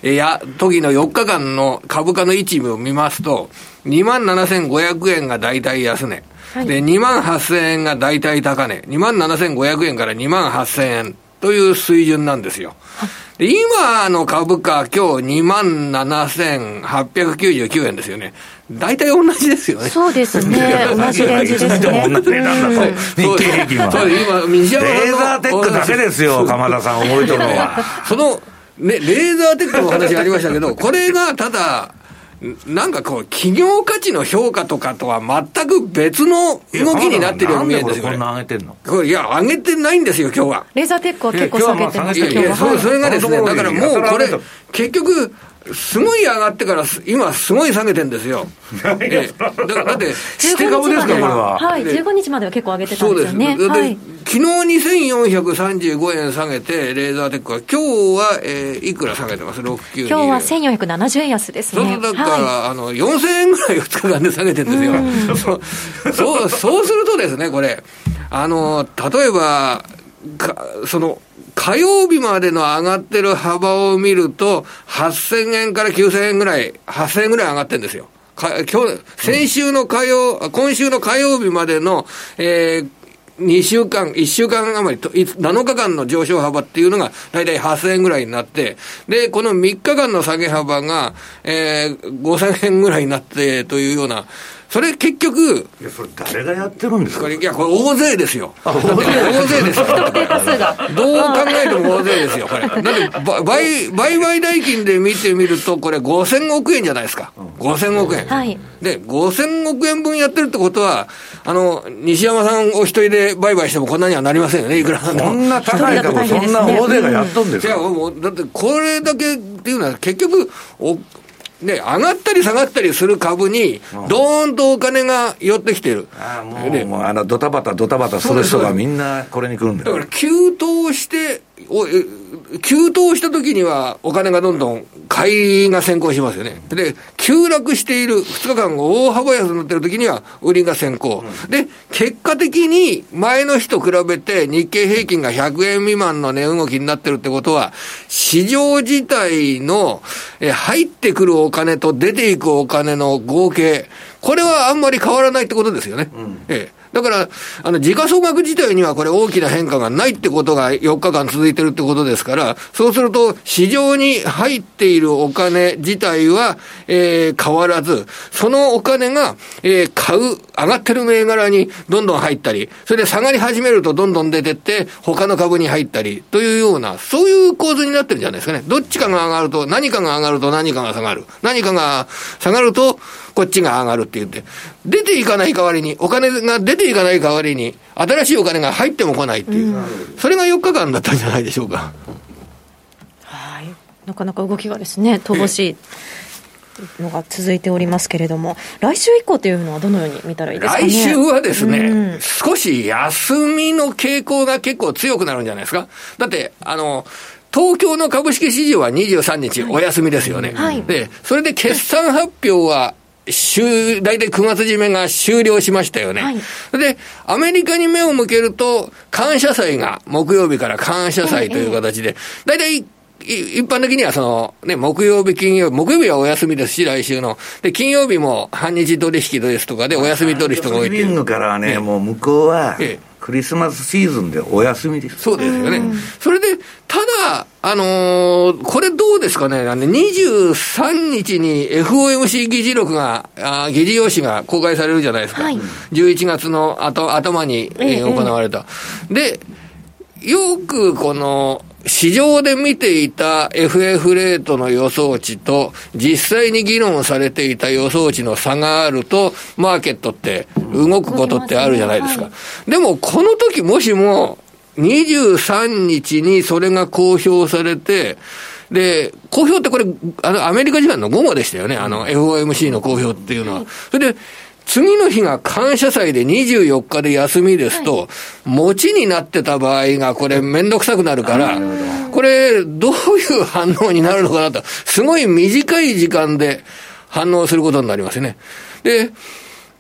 や、時のよっかかんの株価の一部を見ますと、にまんななせんごひゃくえんが大体安値。はい、で、にまんはっせんえんが大体高値。にまんななせんごひゃくえんからにまんはっせんえんという水準なんですよ。で、今の株価、今日にまんななせんはっぴゃくきゅうじゅうきゅうえんですよね。大体同じですよね。 そうですね。同じレンジですね。 同じ値段だと。日経平均は。 そう、今、西山レーザーテックだけですよ、鎌田さん覚えとるのは。 その、ね、レーザーテックのお話ありましたけど、これがただ、なんかこう、企業価値の評価とかとは全く別の動きになってるように見えるんですよ。 これこんな上げてんの？ これいや、上げてないんですよ、今日は。 レーザーテックは結構下げてます。 いやいや、それ、それがですね、だからもうこれ、結局、すごい上がってから、今すごい下げてんですよ。ええ、だ, だって、 して株ですか、これは。 はい、じゅうごにちまでは結構上げてたんですよね。 そうです。 はい、 昨日にせんよんひゃくさんじゅうごえん下げて、レーザーテックは、今日は、えー、いくら下げてます？ろくきゅうに。 今日はせんよんひゃくななじゅうえん安ですね。 そうだから、はい、あの、よんせんえんぐらいふつかかんで下げてるんですよ。そう、そうするとですね、これ、あの、例えば、かその、火曜日までの上がってる幅を見ると、はっせんえんからきゅうせんえんぐらい、はっせんえんぐらい上がってるんですよ。か今日先週の火曜、うん、今週の火曜日までの、えー、にしゅうかん、いっしゅうかん余りと、なのかかんの上昇幅っていうのがだいたいはっせんえんぐらいになって、で、このみっかかんの下げ幅が、えー、ごせんえんぐらいになってというような、それ結局、 いや、それ誰がやってるんですか？ これ、いや、これ大勢ですよ。大勢ですよ。 不特定多数が。 どう考えても大勢ですよ、これ。だって売、売買代金で見てみると、これごせんおくえんじゃないですか。ごせんおくえん。 はい。 で、ごせんおくえんぶんやってるってことは、あの、西山さんお一人で売買してもこんなにはなりませんよね、いくらなんでも。 そんな高い株、そんな大勢がやっとんですか？ いや、もう、だってこれだけっていうのは結局、おね、上がったり下がったりする株に、どーんとお金が寄ってきてる。 ああ、もう、ね、もうあの、ドタバタ、ドタバタする人がみんなこれに来るんだよ。 だから、急騰して、お急騰した時には、お金がどんどん買いが先行しますよね。で、急落している、ふつかかんが大幅安になっている時には、売りが先行。うん、で、結果的に、前の日と比べて、日経平均がひゃくえん未満の値動きになってるってことは、市場自体の、え、入ってくるお金と出ていくお金の合計、これはあんまり変わらないってことですよね。うん、ええ。だから、あの、時価総額自体にはこれ大きな変化がないってことがよっかかん続いてるってことですから、そうすると市場に入っているお金自体は、えー、変わらず、そのお金が、えー、買う、上がってる銘柄にどんどん入ったり、それで下がり始めるとどんどん出てって、他の株に入ったり、というような、そういう構図になってるんじゃないですかね。どっちかが上がると、何かが上がると何かが下がる。何かが下がると、こっちが上がるって言って、出ていかない代わりに、お金が出ていかない代わりに、新しいお金が入っても来ないっていう、うん、それがよっかかんだったんじゃないでしょうか。 はい、なかなか動きがですね、乏しいのが続いておりますけれども、来週以降というのはどのように見たらいいですかね。 来週はですね、うん、少し休みの傾向が結構強くなるんじゃないですか。だって、あの、東京の株式市場はにじゅうさんにちお休みですよね。はい、で、それで決算発表は、週、大体くがつ締めが終了しましたよね。はい、で、アメリカに目を向けると、感謝祭が、木曜日から感謝祭という形で、大体、一般的にはその、ね、木曜日、金曜日、木曜日はお休みですし、来週の。で、金曜日も半日取引ですとかでお休み取る人が多いっていう。 リビングからはね、ね、もう向こうは、ええ、クリスマスシーズンでお休みです。 そうですよね。それで、ただ、あのー、これどうですかね、にじゅうさんにちに エフオーエムシー 議事録が、あ議事要旨が公開されるじゃないですか。はい、じゅういちがつの後頭に、えー、行われた。で、よくこの、市場で見ていた エフエフ レートの予想値と実際に議論されていた予想値の差があるとマーケットって動くことってあるじゃないですか。はい、でもこの時もしもにじゅうさんにちにそれが公表されて、で、公表ってこれあのアメリカ時間の午後でしたよね。あの エフオーエムシー の公表っていうのは。それで次の日が感謝祭でにじゅうよっかで休みですと、はい、持ちになってた場合がこれめんどくさくなるから、これどういう反応になるのかなと、すごい短い時間で反応することになりますね。で、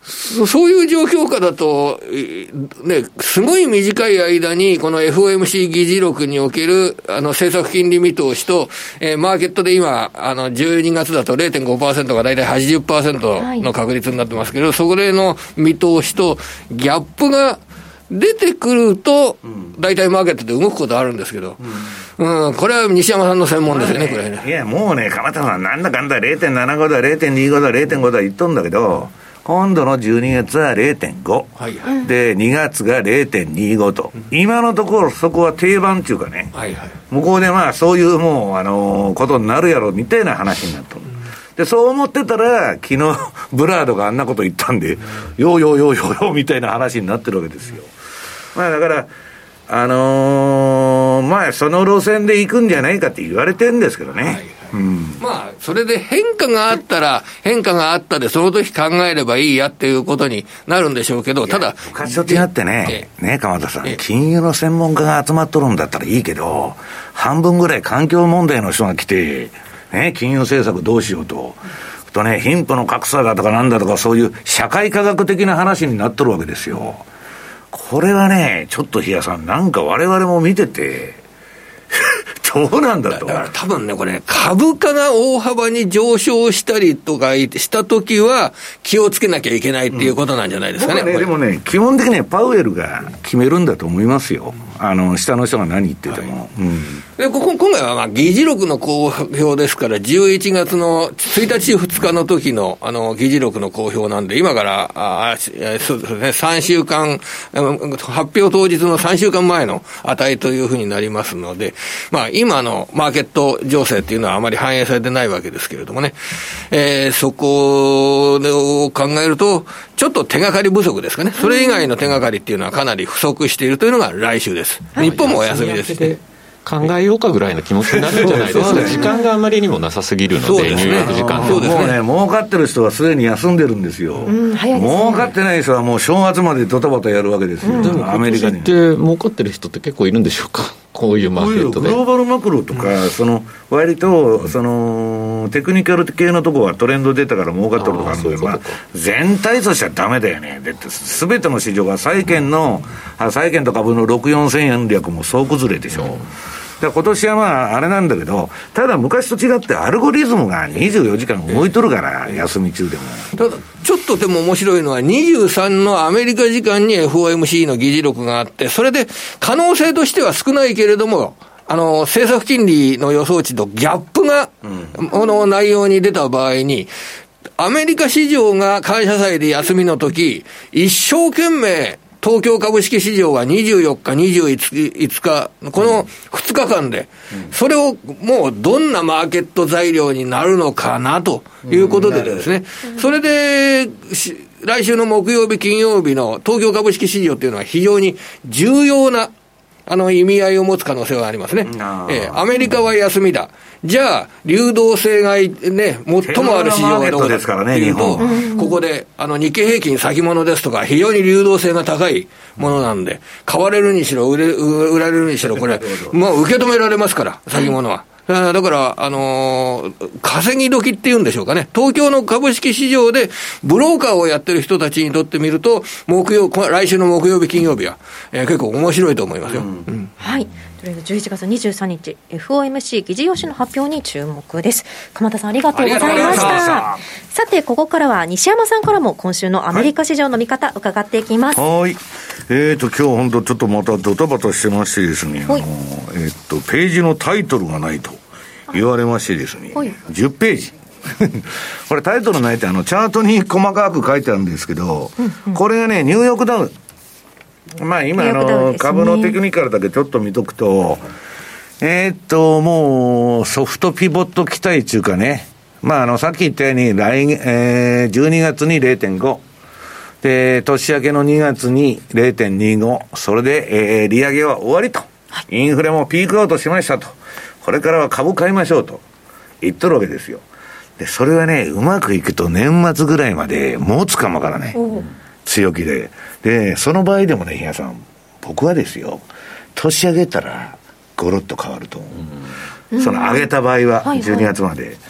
そういう状況下だと、ね、すごい短い間に、この エフオーエムシー 議事録における、あの、政策金利見通しと、えー、マーケットで今、あの、じゅうにがつだと れいてんごパーセント がだいたい はちじゅっパーセント の確率になってますけど、はい、それの見通しと、ギャップが出てくると、だいたいマーケットで動くことあるんですけど、うん、うん、これは西山さんの専門ですよね、これね。 いや、もうね、鎌田さん、なんだかんだ れいてんななご だ、れいてんにご だ、れいてんご だ言っとんだけど、今度のじゅうにがつは れいてんご、はいはい、でにがつが れいてんにご と、うん、今のところそこは定番っていうかね、はいはい、向こうでまあそういうもうあのー、ことになるやろみたいな話になってる、うん、でそう思ってたら昨日ブラードがあんなこと言ったんで、うん、よーよーよーよーよーみたいな話になってるわけですよ、うん、まあだからあのー、まあその路線で行くんじゃないかって言われてるんですけどね、はいはい、うん、まあそれで変化があったら変化があったでその時考えればいいやっていうことになるんでしょうけど、ただ昔と違ってね、ね、鎌田さん、金融の専門家が集まっとるんだったらいいけど、半分ぐらい環境問題の人が来て、ね、金融政策どうしようととね、貧富の格差だとかなんだとかそういう社会科学的な話になっとるわけですよ。これはね、ちょっと日谷さん、なんか我々も見ててどうなんだと。 だから多分ね、これ、株価が大幅に上昇したりとかしたときは、気をつけなきゃいけないっていうことなんじゃないですかね。 うん、ねでもね、基本的にはパウエルが決めるんだと思いますよ。あの、下の人が何言ってても。はい、うん、 でここ今回はまあ議事録の公表ですから、じゅういちがつのついたち、ふつかの時のあの議事録の公表なんで、今からあそうですね、さんしゅうかん、発表当日のさんしゅうかんまえの値というふうになりますので、まあ、今のマーケット情勢っていうのはあまり反映されてないわけですけれどもね、えー、そこを考えると、ちょっと手がかり不足ですかね。それ以外の手がかりっていうのはかなり不足しているというのが来週です。日本もお休みですし。 考えようかぐらいの気持ちになるんじゃないですか。時間があまりにもなさすぎるので、 ね、 入浴時間そうですね、もうね、儲かってる人はすでに休んでるんですよ、うん、早いですね。儲かってない人はもう正月までドタバタやるわけですよ、うん、アメリカに。 で儲かってる人って結構いるんでしょうか、こういうマーケットで。 グローバルマクロとか、うん、その割とそのテクニカル系のところはトレンド出たから儲かってるとかあるんだけど、まあ、全体としてはダメだよね。だって全ての市場が債券の債券と株のろくよんせんえん略も総崩れでしょ、うん、で今年はまああれなんだけど、ただ昔と違ってアルゴリズムがにじゅうよじかん動いとるから、休み中でも。 ただちょっとでも面白いのはにじゅうさんのアメリカ時間に エフオーエムシー の議事録があって、それで可能性としては少ないけれども、あの政策金利の予想値とギャップが、うん、この内容に出た場合に、アメリカ市場が感謝祭で休みの時、一生懸命東京株式市場はにじゅうよっか、にじゅういつか、このふつかかんで、それをもうどんなマーケット材料になるのかなということでですね、それで、来週の木曜日、金曜日の東京株式市場っていうのは非常に重要なあの意味合いを持つ可能性はありますね。えー、アメリカは休みだ。じゃあ、流動性がね、最もある市場はどこだというと、ここで、あの、日経平均先物ですとか、非常に流動性が高いものなんで、買われるにしろ、売れ、売られるにしろ、これ、もう受け止められますから、先物は。だから、あのー、稼ぎ時っていうんでしょうかね。東京の株式市場でブローカーをやってる人たちにとってみると、木曜、来週の木曜日、金曜日は、えー、結構面白いと思いますよ。うんうん、 はい。とりあえずじゅういちがつにじゅうさんにち、エフオーエムシー 議事要旨の発表に注目です。鎌田さんありがとうございました。さて、ここからは西山さんからも今週のアメリカ市場の見方、はい、伺っていきます。 はい。えーと、今日本当ちょっとまたドタバタしてましてですね、あの、えー、っと、ページのタイトルがないと言われましてですね、じゅっページ。これタイトルないってあのチャートに細かく書いてあるんですけど、うんうん、これがね、ニューヨークダウ。まあ今あの、ね、株のテクニカルだけちょっと見とくと、えー、っと、もうソフトピボット期待中かね。まああの、さっき言ったように来、えー、じゅうにがつに れいてんご。で、年明けのにがつに れいてんにご。それで、えー、利上げは終わりと。インフレもピークアウトしましたと。これからは株買いましょうと言っとるわけですよ。で、それはね、うまくいくと年末ぐらいまで持つかもからね。強気で。で、その場合でもね、日谷さん、僕はですよ、年上げたらゴロッと変わると思う。うん、その上げた場合は、じゅうにがつまで。はいはい、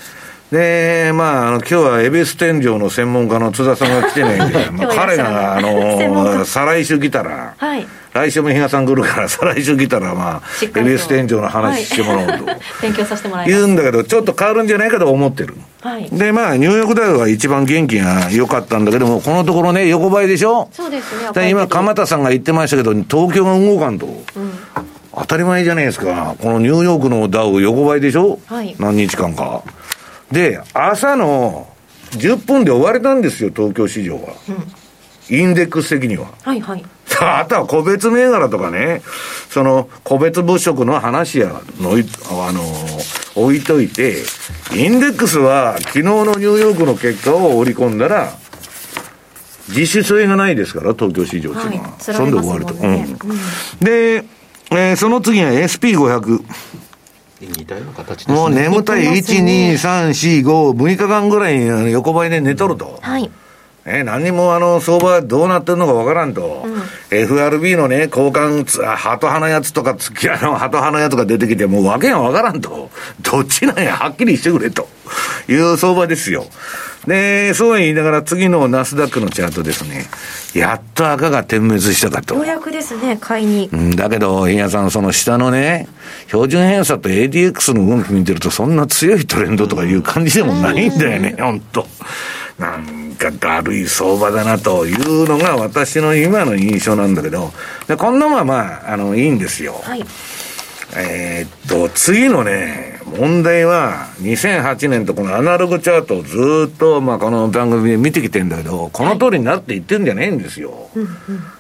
で、まあ、あの今日は恵比寿天井の専門家の津田さんが来てないんで、まあ、彼が、あの、再来週来たら、はい、来週も比嘉さん来るから、再来週来たら、まあ、恵比寿天井の話してもらおうと、はい、 勉強させてもらいます。 言うんだけど、ちょっと変わるんじゃないかと思ってる。はい、で、まあ、ニューヨークダウが一番元気が良かったんだけども、このところね、横ばいでしょ。 そうですね。 で今、鎌田さんが言ってましたけど、東京が動かんと。うん、当たり前じゃないですか。このニューヨークのダウ横ばいでしょ、はい、何日間か。で、朝のじゅっぷんで終われたんですよ、東京市場は。うん、インデックス的には。はいはい。あとは個別銘柄とかね、その個別物色の話やの、あの、置いといて、インデックスは昨日のニューヨークの結果を織り込んだら、実質性がないですから、東京市場っていうのは。はい、そんで終わると。うんうん、で、えー、その次は エスピーごひゃく。 似たような形ですね。 もう眠たいいち、に、さん、よん、ご、むいかかんぐらい横ばいで寝とると。はい。ね、何にもあの相場どうなってるのかわからんと。うん、エフアールビー のね、交換、ハト派のやつとか、月あの、ハト派のやつが出てきて、もうわけがわからんと。どっちなんや、はっきりしてくれと。いう相場ですよ。で、そう言いながら次のナスダックのチャートですね。やっと赤が点滅したかと。 ようやくですね、買いに。 うん、だけど、比嘉さん、その下のね、標準偏差と エーディーエックス の動き見てると、そんな強いトレンドとかいう感じでもないんだよね、ほんと。なんかだるい相場だなというのが私の今の印象なんだけど、でこんなもんはまあ、あの、いいんですよ。はい。えー、っと、次のね、問題は、にせんはちねんとこのアナログチャートをずっと、まあ、この番組で見てきてんだけど、この通りになっていってんじゃねえんですよ。はい、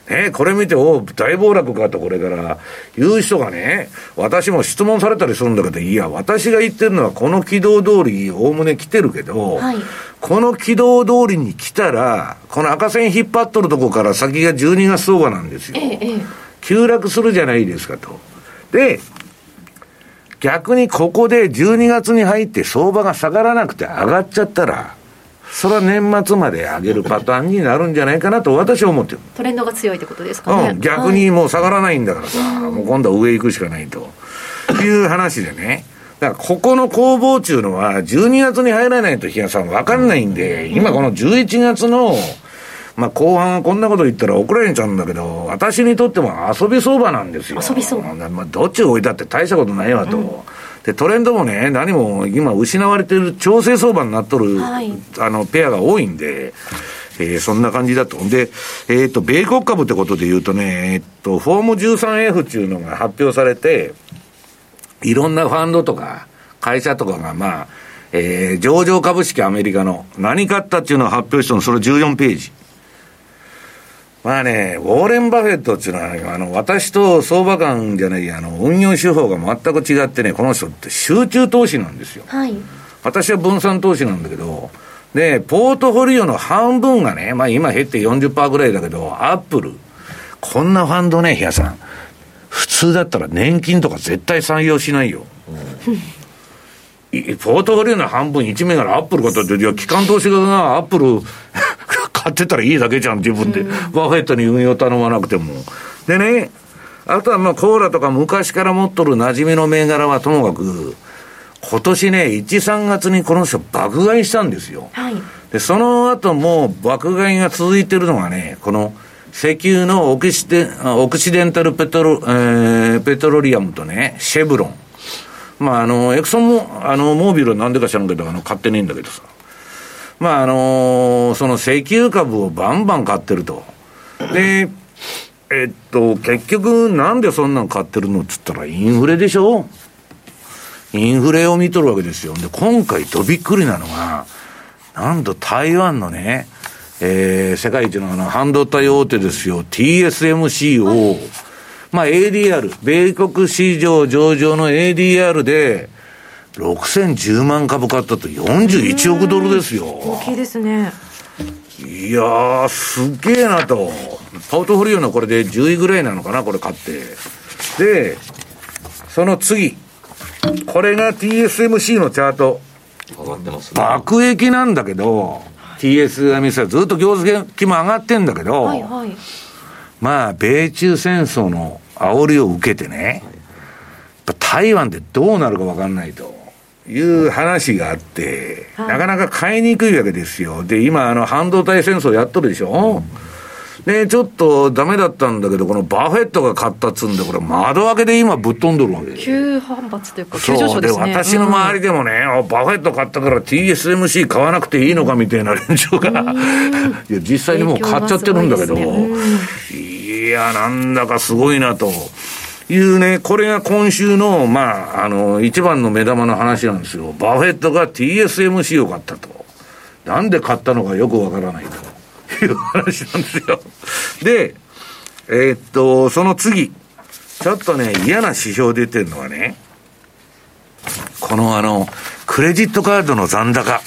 ね、これ見て、お大暴落かとこれから言う人がね、私も質問されたりするんだけど、いや、私が言ってるのはこの軌道通り、おおむね来てるけど、はい、この軌道通りに来たら、この赤線引っ張っとるとこから先がじゅうにがつ相場なんですよ。ええ、急落するじゃないですかと。で、逆にここでじゅうにがつに入って相場が下がらなくて上がっちゃったら、それは年末まで上げるパターンになるんじゃないかなと私は思ってる。 トレンドが強いってことですかね。 うん、逆にもう下がらないんだからさ、はい、もう今度は上行くしかないという話でね。だからここの攻防っていうのはじゅうにがつに入らないと比嘉さん分かんないんで、今このじゅういちがつのまあ後半はこんなこと言ったら怒られちゃうんだけど、私にとっても遊び相場なんですよ。 遊び相場。 まあどっちを置いたって大したことないわと。うん、で、トレンドもね、何も今失われてる調整相場になっとる、はい、あの、ペアが多いんで、えー、そんな感じだと。で、えっと、米国株ってことで言うとね、えっと、フォーム じゅうさんエフ っていうのが発表されて、いろんなファンドとか、会社とかがまあ、えー、上場株式アメリカの何買ったっていうのを発表したの、それじゅうよんページ。まあね、ウォーレン・バフェットっていうのは、あの、私と相場感じゃない、あの、運用手法が全く違ってね、この人って集中投資なんですよ。はい。私は分散投資なんだけど、で、ポートフォリオの半分がね、まあ今減って よんじゅっパーセント ぐらいだけど、アップル。こんなファンドね、比嘉さん。普通だったら年金とか絶対採用しないよ。うん、ポートフォリオの半分いち銘柄アップル買ったって、いや、機関投資家がアップル、買ってたらいいだけじゃん、自分で。バフェットに運用頼まなくても。でね、あとはまあコーラとか昔から持っとる馴染みの銘柄はともかく、今年ね、いち、さんがつにこの人爆買いしたんですよ。はい、で、その後も爆買いが続いてるのがね、この石油のオキシデ、オキシデンタルペトロ、えー、ペトロリアムとね、シェブロン。まああの、エクソンも、あの、モービルはなんでか知らんけど、あの、買ってねえんだけどさ。まああのー、その石油株をバンバン買ってると。で、えっと、結局なんでそんなん買ってるのって言ったらインフレでしょ。インフレを見とるわけですよ。で、今回とびっくりなのが、なんと台湾のね、えー、世界一のあの半導体大手ですよ、ティーエスエムシー を、はい、まあ エーディーアール、米国市場上場の エーディーアール で、ろくせんじゅうまん株買ったとよんじゅういちおくドルですよ。 大きいですね。 いやー、すげえなと。ポートフォリオのこれでじゅういぐらいなのかな、これ買って。で、その次。これが ティーエスエムシー のチャート。 上がってますね。 爆益なんだけど、ティーエスエムシー はずっと業績も上がってんだけど、はいはい、まあ、米中戦争の煽りを受けてね、はい、台湾でどうなるか分かんないという話があって、はい、なかなか買いにくいわけですよ。で、今、あの、半導体戦争やっとるでしょ、うん、で、ちょっとダメだったんだけど、このバフェットが買ったっつうんで、これ窓開けで今ぶっ飛んどるわけです。 急反発というか、急上昇ですね。 そう、で、私の周りでもね、うん、バフェット買ったから ティーエスエムシー 買わなくていいのかみたいな連中が、いや、実際にもう買っちゃってるんだけど、ね、いや、なんだかすごいなと。いうね、これが今週の、まあ、あの、一番の目玉の話なんですよ。バフェットが ティーエスエムシー を買ったと。なんで買ったのかよくわからないという話なんですよ。で、えー、っと、その次、ちょっとね、嫌な指標出てるのはね、このあの、クレジットカードの残高。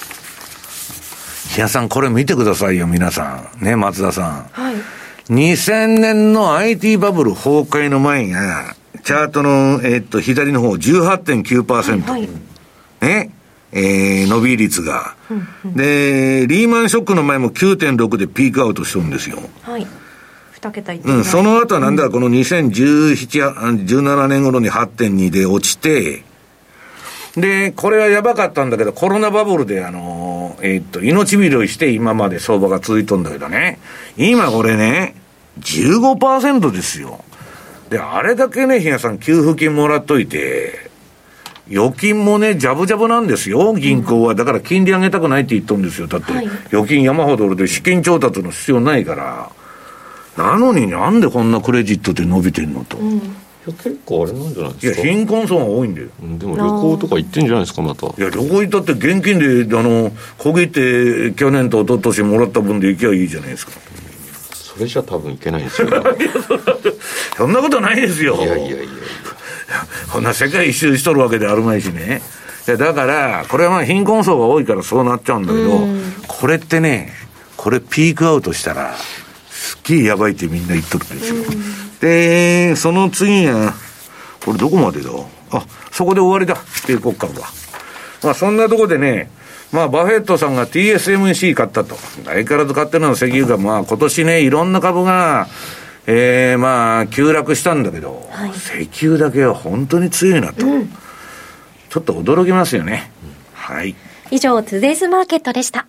日野さん、これ見てくださいよ、皆さん。ね、松田さん。はい。にせんねんの アイティー バブル崩壊の前が、チャートの、えー、っと、左の方 じゅうはちてんきゅうパーセント。はいはい、ね。えー、伸び率が、うんうん。で、リーマンショックの前も きゅうてんろく でピークアウトしてるんですよ。はい。 に桁いってない。 うん、その後はなんだ、うん、このにせんじゅうなな、じゅうななねん頃に はちてんに で落ちて、で、これはやばかったんだけど、コロナバブルであのー、えー、っと、命拾いして今まで相場が続いとんだけどね。今これね、じゅうごパーセント ですよ。で、あれだけね、日野さん、給付金もらっといて、預金もね、ジャブジャブなんですよ、銀行は。だから金利上げたくないって言っとんですよ。だって、預金山ほどあるで資金調達の必要ないから。なのになんでこんなクレジットって伸びてんのと。うん結構あれなんじゃないですか。 いや、貧困層が多いんだよ。 でも旅行とか行ってんじゃないですか、また。いや、旅行行ったって現金で、あの、小切って去年と一昨年もらった分で行きゃいいじゃないですか。 それじゃ多分いけないんですよ、ね、 そんなことないですよ。 いやいやいやいや。 こんな世界一周しとるわけであるまいしね。いやだから、これはまあ貧困層が多いからそうなっちゃうんだけど、これってね、これピークアウトしたら、すっげえやばいってみんな言っとるんですよ。で、その次が、これどこまでだ？あ、そこで終わりだ。っていう国株は。まあそんなとこでね、まあバフェットさんが ティーエスエムシー 買ったと。相変わらず買ってるのは石油が、まあ今年ね、いろんな株が、えー、まあ急落したんだけど、はい、石油だけは本当に強いなと。うん、ちょっと驚きますよね。うん、はい。 以上、トゥデイズマーケットでした。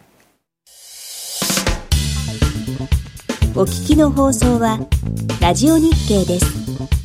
お聞きの放送はラジオ日経です。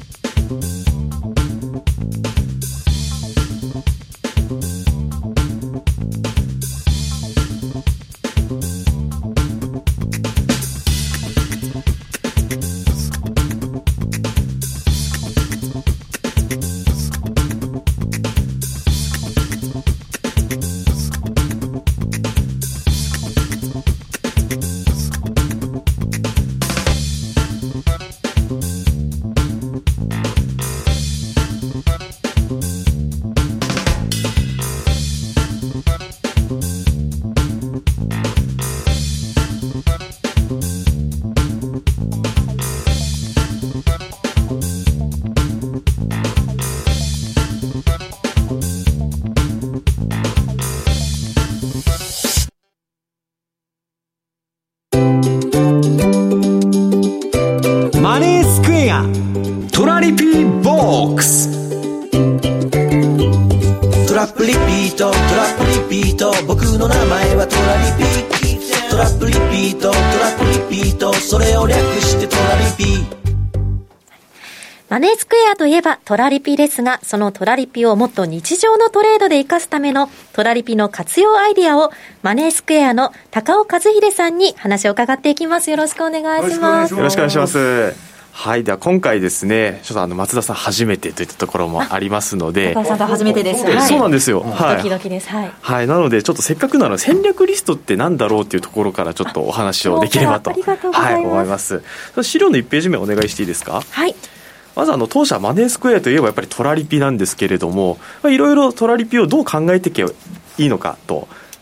マネースクエアといえばトラリピですが、そのトラリピをもっと日常のトレードで活かすためのトラリピの活用アイディアをマネースクエアの高尾和秀さんに話を伺っていきます。よろしくお願いします。 よろしくお願いします。はい、では今回ですね、ちょっとあの松田さん初めてといったところもありますので、 高尾さんと初めてです。はい、 そうなんですよ。はい、 ドキドキです。はい。 はい、なのでちょっとせっかくなので戦略リストってなんだろうっていうところからちょっとお話をできればと、はい、思います。資料のいちページ目お願いしていいですか。 はい。 まずあの当社マネースクエアといえばやっぱりトラリピなんですけれども、いろいろトラリピをどう考えていけばいいのかと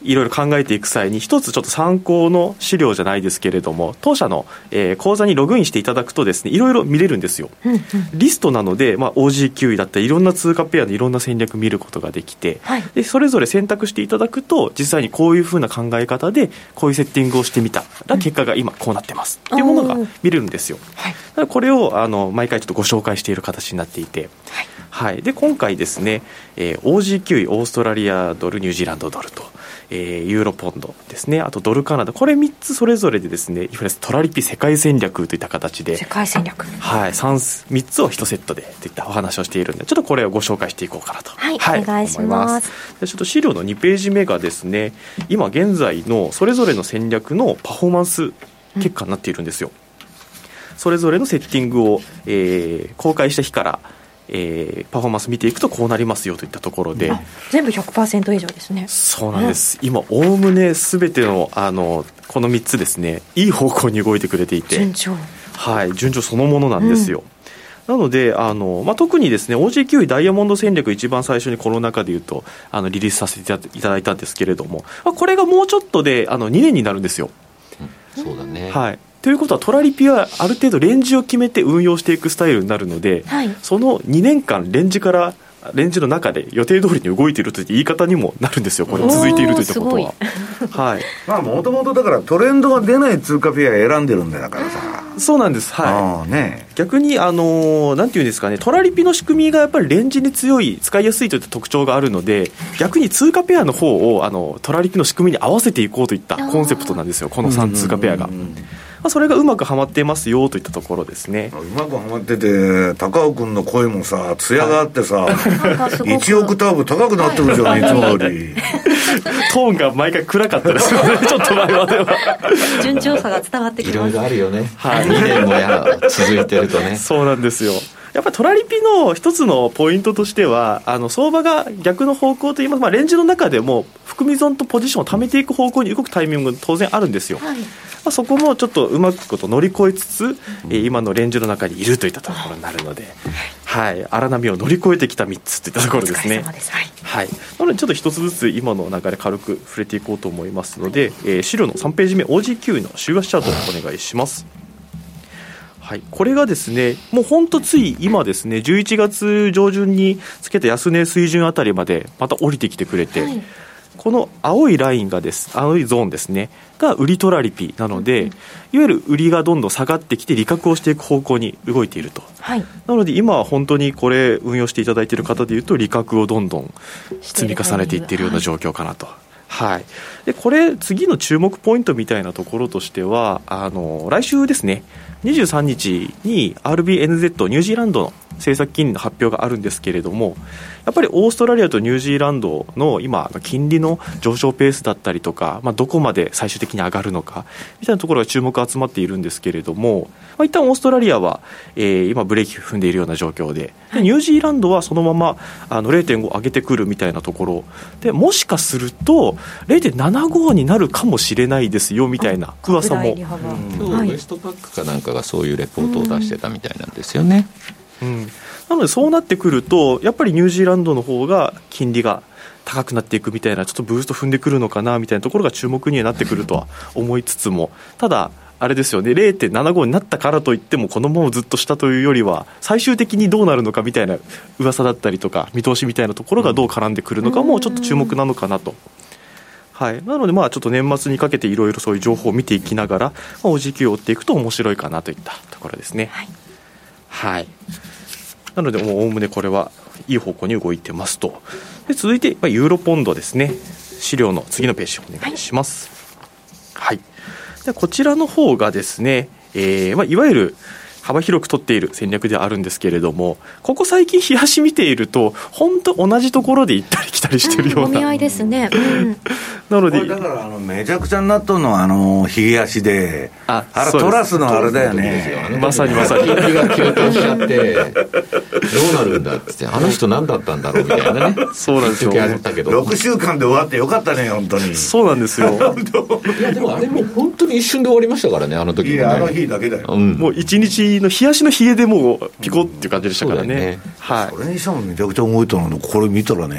いろいろ考えていく際に一つちょっと参考の資料じゃないですけれども、当社の、えー、口座にログインしていただくとですね、いろいろ見れるんですよ、うんうん、リストなので、まあ、オージーキューイー だったりいろんな通貨ペアでいろんな戦略見ることができて、はい、でそれぞれ選択していただくと実際にこういうふうな考え方でこういうセッティングをしてみたら結果が今こうなってます、うん、っていうものが見れるんですよ、はい、だからこれをあの毎回ちょっとご紹介している形になっていて、はいはい、で今回ですね、えー、オージーキューイー オーストラリアドルニュージーランドドルと、えー、ユーロポンドですね、あとドルカナダ、これみっつそれぞれでですね、インフレトラリピ世界戦略といった形で世界戦略、 はい、みっつをいちセットでといったお話をしているので、ちょっとこれをご紹介していこうかなと、 はいはい、お願いします。 でちょっと資料のにページ目がですね、今現在のそれぞれの戦略のパフォーマンス結果になっているんですよ、うん、それぞれのセッティングを、えー、公開した日からえー、パフォーマンス見ていくとこうなりますよといったところで、 全部 ひゃくパーセント 以上ですね。 そうなんです、うん、今おおむね全て の, あのこのみっつですね、いい方向に動いてくれていて、 順調、 はい、順調そのものなんですよ、うん、なのであの、まあ、特にですね オージーキューイー ダイヤモンド戦略一番最初にこの中でいうとあのリリースさせていただいたんですけれども、まあ、これがもうちょっとであのにねんになるんですよ、 うん、そうだね、 はい、ということはトラリピはある程度レンジを決めて運用していくスタイルになるので、はい、そのにねんかんレンジからレンジの中で予定通りに動いているという言い方にもなるんですよ、これ続いているといったことは。はい、 まあもともとだからトレンドが出ない通貨ペア選んでるんだからさ。 そうなんです、はい、ね、逆にあのなんていうんですかね、トラリピの仕組みがやっぱりレンジに強い、使いやすいといった特徴があるので、逆に通貨ペアの方をあのトラリピの仕組みに合わせていこうといったコンセプトなんですよ、このさん通貨ペアが。まあ、それがうまくはまってますよといったところですね。 うまくはまってて、高尾君の声もさ、艶があってさ、はい、いちオクターブ高くなってるじゃん、いつもより。 トーンが毎回暗かったですよね、ちょっと前までは。 順調さが伝わってきます。 いろいろあるよね、はい、にねんもや続いてるとね。 そうなんですよ。やっぱりトラリピの一つのポイントとしては、あの相場が逆の方向といいますか、まあ、レンジの中でも含み損とポジションを貯めていく方向に動くタイミングが当然あるんですよ、はい、まあ、そこもちょっとうまくこと乗り越えつつ、うん、えー、今のレンジの中にいるといったところになるので、はい、荒波を乗り越えてきたみっつといったところですね。 です、はいはい、なのでちょっと一つずつ今の流れ軽く触れていこうと思いますので、えー、資料のさんページ目 オージーキューイー の週足チャートをお願いします。はい、これがですね、もう本当つい今ですね、じゅういちがつ上旬につけた安値水準あたりまでまた降りてきてくれて、はい、この青いラインがです、青いゾーンですねが売りトラリピなので、うん、いわゆる売りがどんどん下がってきて利確をしていく方向に動いていると、はい、なので今は本当にこれ運用していただいている方でいうと利確をどんどん積み重ねていっているような状況かなと。はい、でこれ次の注目ポイントみたいなところとしては、あの来週ですね、にじゅうさんにちに アールビーエヌゼット ニュージーランドの政策金利の発表があるんですけれども、やっぱりオーストラリアとニュージーランドの今金利の上昇ペースだったりとか、まあ、どこまで最終的に上がるのかみたいなところが注目が集まっているんですけれども、まあ、一旦オーストラリアは、えー、今ブレーキ踏んでいるような状況 で, でニュージーランドはそのままあの ゼロテンご 上げてくるみたいなところで、もしかすると ゼロテンななご になるかもしれないですよみたいな噂も、 うん、ウエストパックかなんかがそういうレポートを出してたみたいなんですよね、 うんうん、なのでそうなってくるとやっぱりニュージーランドの方が金利が高くなっていくみたいな、ちょっとブースト踏んでくるのかなみたいなところが注目にはなってくるとは思いつつも、ただあれですよね、 ゼロテンななご になったからといってもこのままずっと下というよりは最終的にどうなるのかみたいな噂だったりとか見通しみたいなところがどう絡んでくるのかもちょっと注目なのかなと。はい、なのでまあちょっと年末にかけていろいろそういう情報を見ていきながら、まあ、オージーキューを追っていくと面白いかなといったところですね。はい、はい、なのでおおむねこれはいい方向に動いてますと。で続いて、まあ、ユーロポンドですね。資料の次のページお願いします。はい、はい、でこちらの方がですね、えーまあ、いわゆる幅広く取っている戦略ではあるんですけれども、ここ最近冷やし見ていると本当同じところで行ったり来たりしてるような、うん、お見合いですね、うん、 なのでだからあのめちゃくちゃになっとるのはあの冷やしで、ああれトラスのあれだよね、 まさにまさに金利が急騰しちゃってどうなるんだってあの人何だったんだろうみたいなねそうなんですよ、 ろくしゅうかんで終わってよかったね本当に。 そうなんですよいやでもあれも本当に一瞬で終わりましたからね、あの時も、ね、 いやあの日だけだよ、 うん、 もう一日の冷やしの冷えでもうピコっていう感じでしたからね、うん、ね、はい、 それにしてもめちゃくちゃ動いたのでこれ見たらね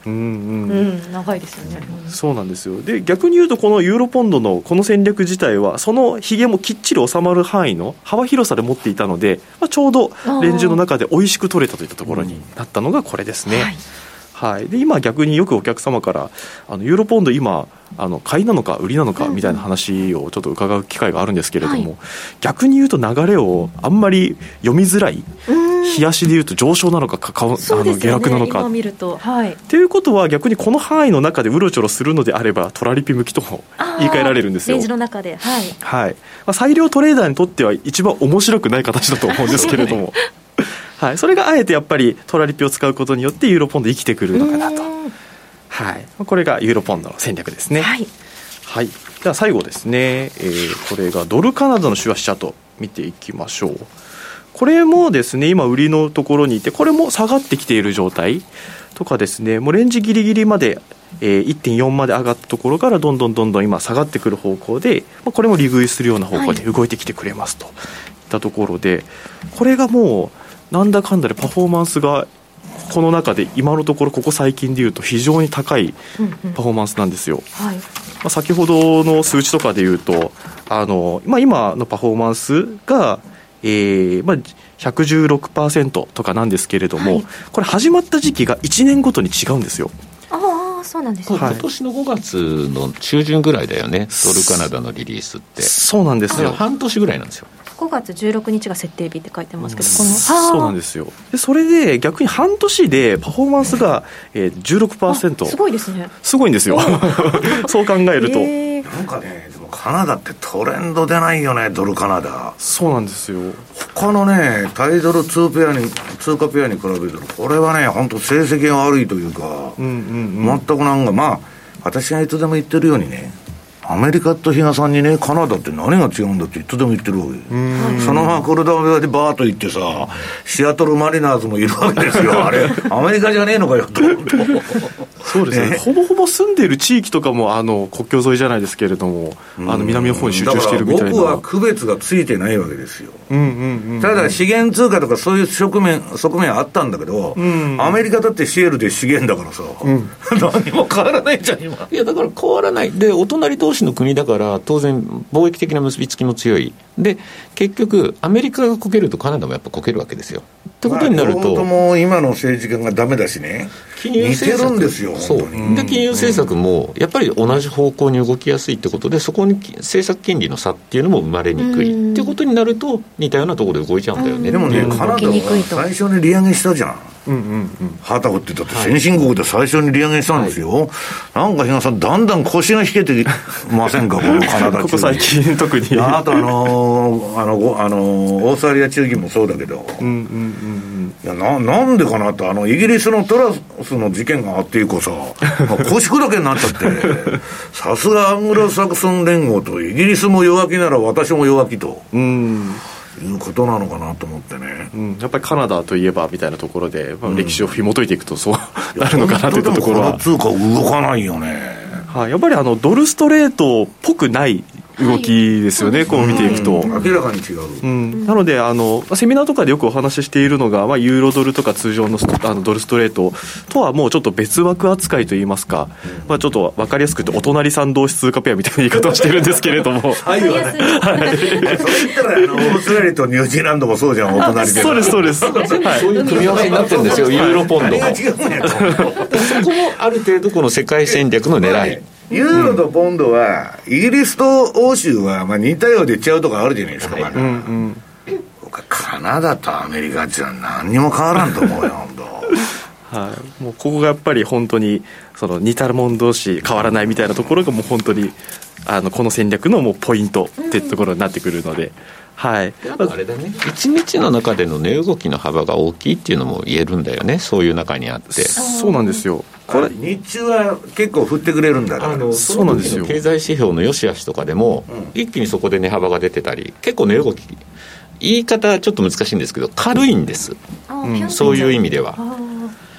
うんうんうん、長いですよね、 うん、そうなんですよ。で逆に言うとこのユーロポンドのこの戦略自体はそのヒゲもきっちり収まる範囲の幅広さで持っていたので、まあ、ちょうどレンジの中で美味しく取れたといったところになったのがこれですね、はいはい、で今逆によくお客様からあのユーロポンド今あの買いなのか売りなのかみたいな話をちょっと伺う機会があるんですけれども、うんうん、逆に言うと流れをあんまり読みづらい、冷やしで言うと上昇なのかかか、ね、あの下落なのか今見ると、はい、 っていうことは逆にこの範囲の中でうろちょろするのであればトラリピ向きとも言い換えられるんですよ。 レンジの中で、はいはい、まあ、裁量トレーダーにとっては一番面白くない形だと思うんですけれどもはい、それがあえてやっぱりトラリピを使うことによってユーロポンド生きてくるのかなと、はい、これがユーロポンドの戦略ですね。はい、はい、では最後ですね、えー、これがドルカナダの週足チャート見ていきましょう。これもですね今売りのところにいてこれも下がってきている状態とかですね、もうレンジギリギリまで、えー、いってんよん まで上がったところからどんどんどんどん今下がってくる方向で、まあ、これも利食いするような方向に動いてきてくれますといったところで、これがもうなんだかんだでパフォーマンスがこの中で今のところここ最近でいうと非常に高いパフォーマンスなんですよ、うんうん、はい、まあ、先ほどの数値とかでいうとあの、まあ、今のパフォーマンスが、えーまあ、ひゃくじゅうろくパーセント とかなんですけれども、はい、これ始まった時期がいちねんごとに違うんですよ。 ああ、そうなんですね、 はい、今年のごがつの中旬ぐらいだよね、ドルカナダのリリースって。 そうなんですよ、 半年ぐらいなんですよ。 ごがつじゅうろくにちが設定日って書いてますけど、 うん、 このそうなんですよ。でそれで逆に半年でパフォーマンスが、えー、じゅうろくパーセント、 すごいですね。 すごいんですよそう考えると、 えー、なんかね、でもカナダってトレンド出ないよね、ドルカナダ。 そうなんですよ。 他のね対ドル通ペアに通貨ペアに比べるとこれはね本当成績が悪いというか、うんうんうん、全くなんかまあ私がいつでも言ってるようにね、アメリカと比嘉さんにねカナダって何が違うんだっていつでも言ってるわけ。そのままコルダベアでバーッと行ってさ、シアトルマリナーズもいるわけですよあれアメリカじゃねえのかよとそうですね、ね、ほぼほぼ住んでいる地域とかもあの国境沿いじゃないですけれども、あの南の方に集中しているみたいな。 僕は区別がついてないわけですよ、うんうんうん、ただ資源通貨とかそういう側面側面あったんだけど、うんうん、アメリカだってシエルで資源だからさ、うん、何も変わらないじゃん今。 いやだから変わらないで、お隣同士の国だから当然貿易的な結びつきも強いで、結局アメリカがこけるとカナダもやっぱこけるわけですよってことになると、まあ、両方とも今の政治家がダメだしね、金融政策似てるんですよそう本当に。 で金融政策もやっぱり同じ方向に動きやすいってことで、そこに政策金利の差っていうのも生まれにくいってことになると似たようなところで動いちゃうんだよね。 でもね、カナダは最初に利上げしたじゃん、うんうんうん、はたくってだって先進国で最初に利上げしたんですよ、はい、なんか比嘉さんだんだん腰が引けてませんかこのカナダ中銀ここ最近特にあとあのー、あのあのー、オーストラリア中銀もそうだけど、うんうんうん、いや な, なんでかなと、あのイギリスのトラスの事件があって以降さ腰砕けになっちゃってさすがアングロサクソン連合とイギリスも弱気なら私も弱気と、うんいうことなのかなと思ってね、 うん、やっぱりカナダといえばみたいなところで、まあ、歴史を紐解いていくとそうなるのかなといったところは、 この通貨動かないよね、 はい、やっぱりあのドルストレートっぽくない動きですよね、はい、こう見ていくと、 うん、明らかに違う、 うん、なのであのセミナーとかでよくお話ししているのが、まあ、ユーロドルとか通常の、あのドルストレートとはもうちょっと別枠扱いといいますか、うんまあ、ちょっと分かりやすく言ってお隣さん同士通貨ペアみたいな言い方をしてるんですけれどもはいはい、はい、それ言ったらあのオーストラリアとニュージーランドもそうじゃんお隣で。 そうですそうです、はい、 そういう組み合わせになってるんですよユーロポンドもそこもある程度この世界戦略の狙い、 ユーロとポンドは、イギリスと欧州はまあ似たようで違うとこあるじゃないですか、はいまだうんうん、僕はカナダとアメリカって何にも変わらんと思うよ本当はい、もうここがやっぱり本当にその似たもん同士変わらないみたいなところがもう本当にあのこの戦略のもうポイントってところになってくるので、はい、 あとあれだね、いちにちの中での値動きの幅が大きいっていうのも言えるんだよね、そういう中にあって。 そうなんですよ、 これ日中は結構振ってくれるんだから、あのそうなんですよ、 経済指標の良し悪しとかでも、うん、一気にそこで値幅が出てたり、結構値動き言い方ちょっと難しいんですけど軽いんです、うん、そういう意味では。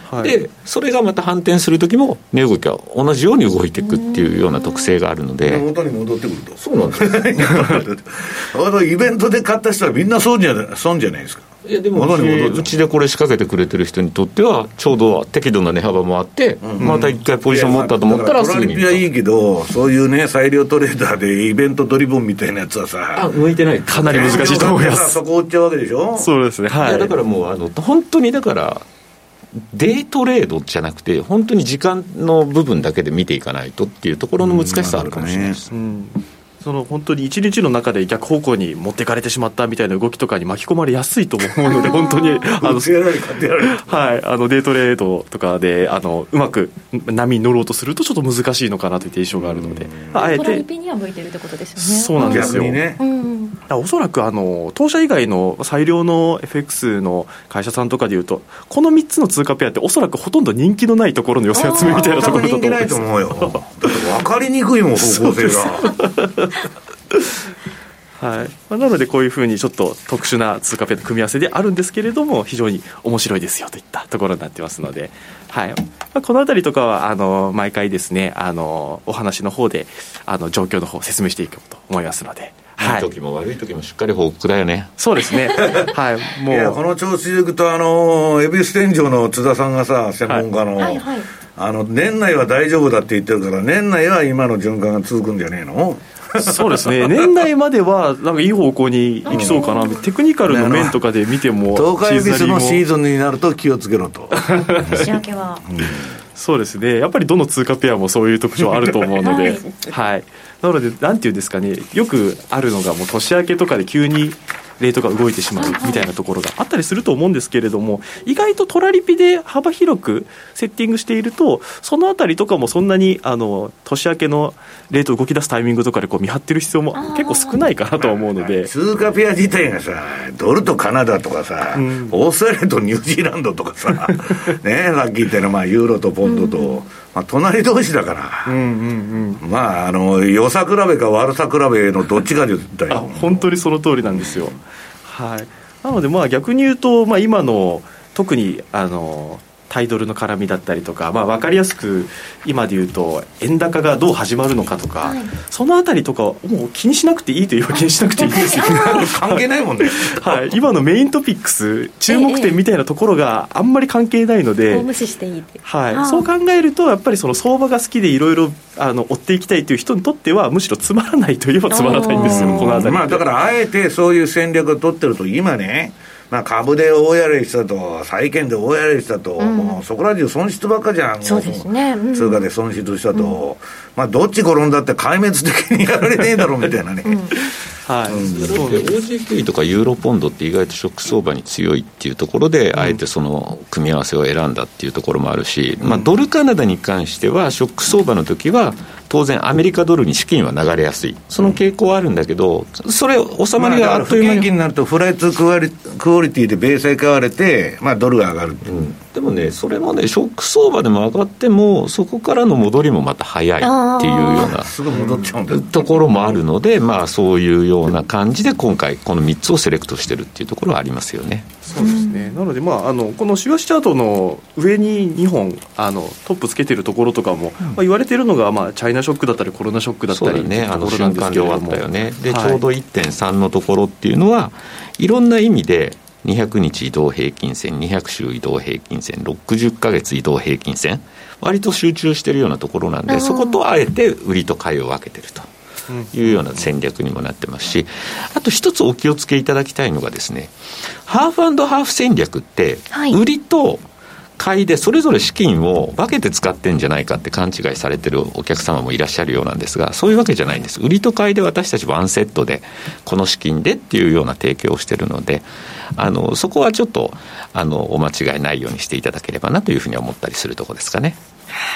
はい、でそれがまた反転するときも値動きは同じように動いていくっていうような特性があるので、 元に戻ってくると。 そうなんですイベントで買った人はみんな損じゃ損じゃないですか。 いやでもうち、うちでこれ仕掛けてくれてる人にとってはちょうど適度な値幅もあって、うん、また一回ポジション持ったと思ったらすぐに。 トラリピはいいけど、そういうね裁量トレーダーでイベントドリブンみたいなやつはさ、 あ向いてない、 かなり難しいと思います。 そこ売っちゃうわけでしょ。 そうですね、はい、 いやだからもうあの本当にだからデイトレードじゃなくて本当に時間の部分だけで見ていかないとっていうところの難しさあるかもしれないです、 うんうんその本当にいちにちの中で逆方向に持ってかれてしまったみたいな動きとかに巻き込まれやすいと思うので本当にあの、はい、あのデイトレードとかであのうまく波に乗ろうとするとちょっと難しいのかなという印象があるので、 あえてトラリピには向いてるってことですよね。 そうなんですよ、 ね、 おそらくあの当社以外の最良の エフエックス の会社さんとかでいうとこのみっつの通貨ペアっておそらくほとんど人気のないところの寄せ集めみたいなところだと思うんです。 人気ないと思うよ。だって分かりにくいもん方向性がはいまあ、なのでこういうふうにちょっと特殊な通貨ペアの組み合わせであるんですけれども非常に面白いですよといったところになってますので、はいまあ、このあたりとかはあの毎回ですねあのお話の方であの状況の方を説明していこうと思いますので、 はい、いい時も悪い時もしっかり報告だよね。 そうですねはいもういやこの調子でいくとあの恵比寿天井の津田さんがさ専門家の、はいはいはい、あの年内は大丈夫だって言ってるから年内は今の循環が続くんじゃねえの。 そうですね年内まではなんかいい方向に行きそうかなテクニカルの面とかで見ても東海恵比寿のシーズンになると気をつけろと年明けは、うん、 そうですねやっぱりどの通貨ペアもそういう特徴あると思うので、はいはい、なのでなんていうんですかねよくあるのがもう年明けとかで急にレートが動いてしまうみたいなところがあったりすると思うんですけれども意外とトラリピで幅広くセッティングしているとそのあたりとかもそんなにあの年明けのレート動き出すタイミングとかでこう見張ってる必要も結構少ないかなと思うので通貨ペア自体がさドルとカナダとかさ、うん、オーストラリアとニュージーランドとかさねさっき言ったような、まあ、ユーロとポンドと、うんまあ、隣同士だから、うんうんうん、まああの良さ比べか悪さ比べのどっちかで言ったよ。 あ本当にその通りなんですよ。はい、なのでまあ逆に言うと、まあ、今の特にあのタイドルの絡みだったりとか、まあ、分かりやすく今で言うと円高がどう始まるのかとか、はい、そのあたりとかもう気にしなくていいという気にしなくていいんですよ関係ないもんね、 はい、今のメイントピックス注目点みたいなところがあんまり関係ないので、 ええ、無視していいって、 はい、そう考えるとやっぱりその相場が好きでいろいろ追っていきたいという人にとってはむしろつまらないといえばつまらないんですよこのあたり、 まあ、だからあえてそういう戦略を取ってると今ねまあ、株で大やられしたと債券で大やられしたと、うん、もうそこら中損失ばっかじゃん。 そうですね、うん、 通貨で損失したと、うんまあ、どっち転んだって壊滅的にやられねえだろうみたいなね、うんはいうん、だって オージーキューイー とかユーロポンドって意外とショック相場に強いっていうところで、うん、あえてその組み合わせを選んだっていうところもあるし、うんまあ、ドルカナダに関してはショック相場の時は当然アメリカドルに資金は流れやすいその傾向はあるんだけどそれ収まりがあっという間に、まあ、不景気になるとフライトクオリ、クオリティで米債買われて、まあ、ドルが上がる、うん、 でもねそれもねショック相場でも上がってもそこからの戻りもまた早いっていうようなすぐ戻っちゃうんだところもあるので、まあ、そういうような感じで今回このみっつをセレクトしてるっていうところはありますよね。 そうですね、なので、まあ、あのこの週足チャートの上ににほんあのトップつけてるところとかも、うんまあ、言われてるのが、まあ、チャイナショックだったりコロナショックだったりそうだねあの瞬間で終わったよね。で、はい、ちょうど いってんさん のところっていうのはいろんな意味でにひゃくにち移動平均線にひゃくしゅう移動平均線ろくじゅっかげつ移動平均線割と集中してるようなところなんでそことあえて売りと買いを分けてるというような戦略にもなってますしあと一つお気をつけいただきたいのがですねハーフ&ハーフ戦略って売りと買いでそれぞれ資金を分けて使ってんじゃないかって勘違いされてるお客様もいらっしゃるようなんですがそういうわけじゃないんです。売りと買いで私たちワンセットでこの資金でっていうような提供をしてるのであのそこはちょっとあのお間違いないようにしていただければなというふうに思ったりするところですかね。 はい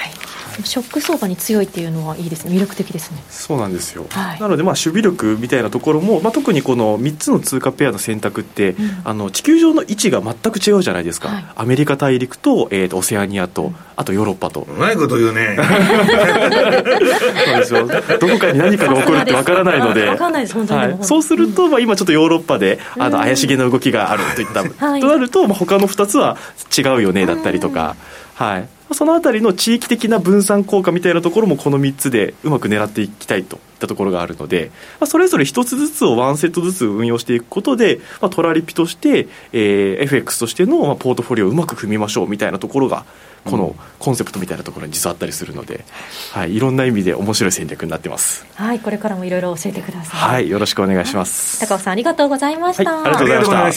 ショック相場に強いっていうのはいいですね、魅力的ですね。 そうなんですよ、 はい、 なのでまあ守備力みたいなところも、まあ、特にこのみっつの通貨ペアの選択って、うん、あの地球上の位置が全く違うじゃないですか、はい、アメリカ大陸と、えー、とオセアニアと、うん、あとヨーロッパと。 うまいこと言うねそうですよ、どこかに何かが起こるってわからないのでわかんないです本当に、はい、 そうすると、まあ、今ちょっとヨーロッパであの怪しげな動きがあるといった、はい、となると、まあ、他のふたつは違うよねだったりとか、はい、そのあたりの地域的な分散効果みたいなところもこのみっつでうまく狙っていきたいといったところがあるので、まあ、それぞれひとつずつをワンセットずつ運用していくことで、まあ、トラリピとして、えー、エフエックス としての、まあ、ポートフォリオをうまく組みましょうみたいなところがこのコンセプトみたいなところに実はあったりするので、はい、いろんな意味で面白い戦略になってます。 はい、これからもいろいろ教えてください。 はい、よろしくお願いします。 高尾さんありがとうございました。 はい、ありがとうございました。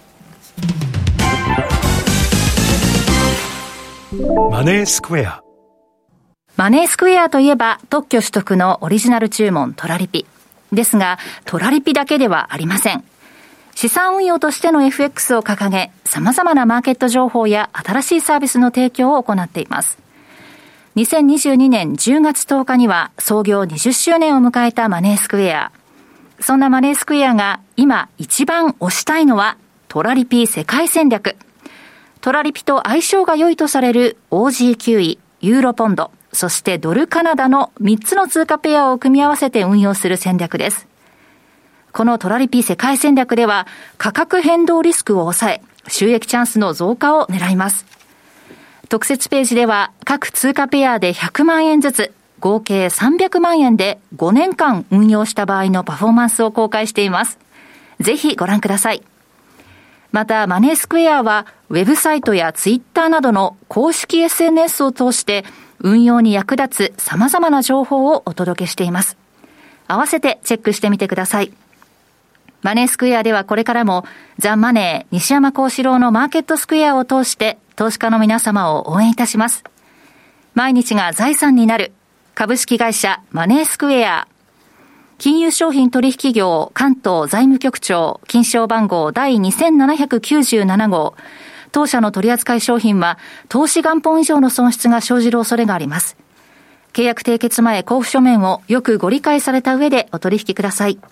マネースクエア。 マネースクエアといえば特許取得のオリジナル注文トラリピですが、トラリピだけではありません。資産運用としての エフエックス を掲げ、様々なマーケット情報や新しいサービスの提供を行っています。にせんにじゅうにねんじゅうがつとおかには創業にじゅっしゅうねんを迎えたマネースクエア。そんなマネースクエアが今一番推したいのはトラリピ世界戦略。トラリピと相性が良いとされる オージーキューイ、ユーロポンド、そしてドルカナダのみっつの通貨ペアを組み合わせて運用する戦略です。このトラリピ世界戦略では価格変動リスクを抑え、収益チャンスの増加を狙います。特設ページでは各通貨ペアでひゃくまんえんずつ、合計さんびゃくまんえんでごねんかん運用した場合のパフォーマンスを公開しています。ぜひご覧ください。またマネースクエアはウェブサイトやツイッターなどの公式 エスエヌエス を通して運用に役立つ様々な情報をお届けしています。合わせてチェックしてみてください。マネースクエアではこれからもザ・マネー西山幸四郎のマーケットスクエアを通して投資家の皆様を応援いたします。毎日が財産になる株式会社マネースクエア、金融商品取引業関東財務局長金賞番号第にせんななひゃくきゅうじゅうなな号。当社の取扱い商品は投資元本以上の損失が生じる恐れがあります。契約締結前交付書面をよくご理解された上でお取引ください。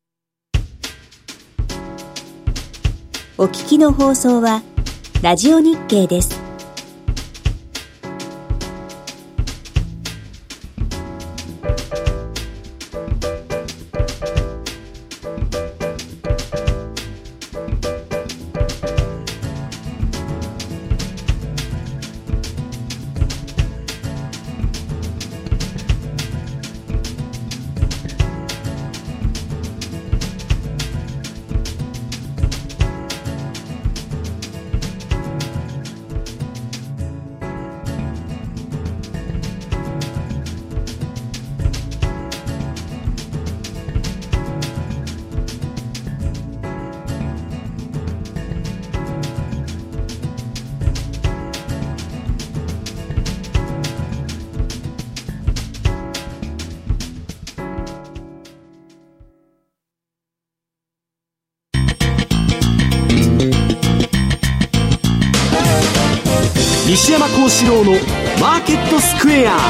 お聞きの放送はラジオ日経です。 西山幸四郎のマーケットスクエア。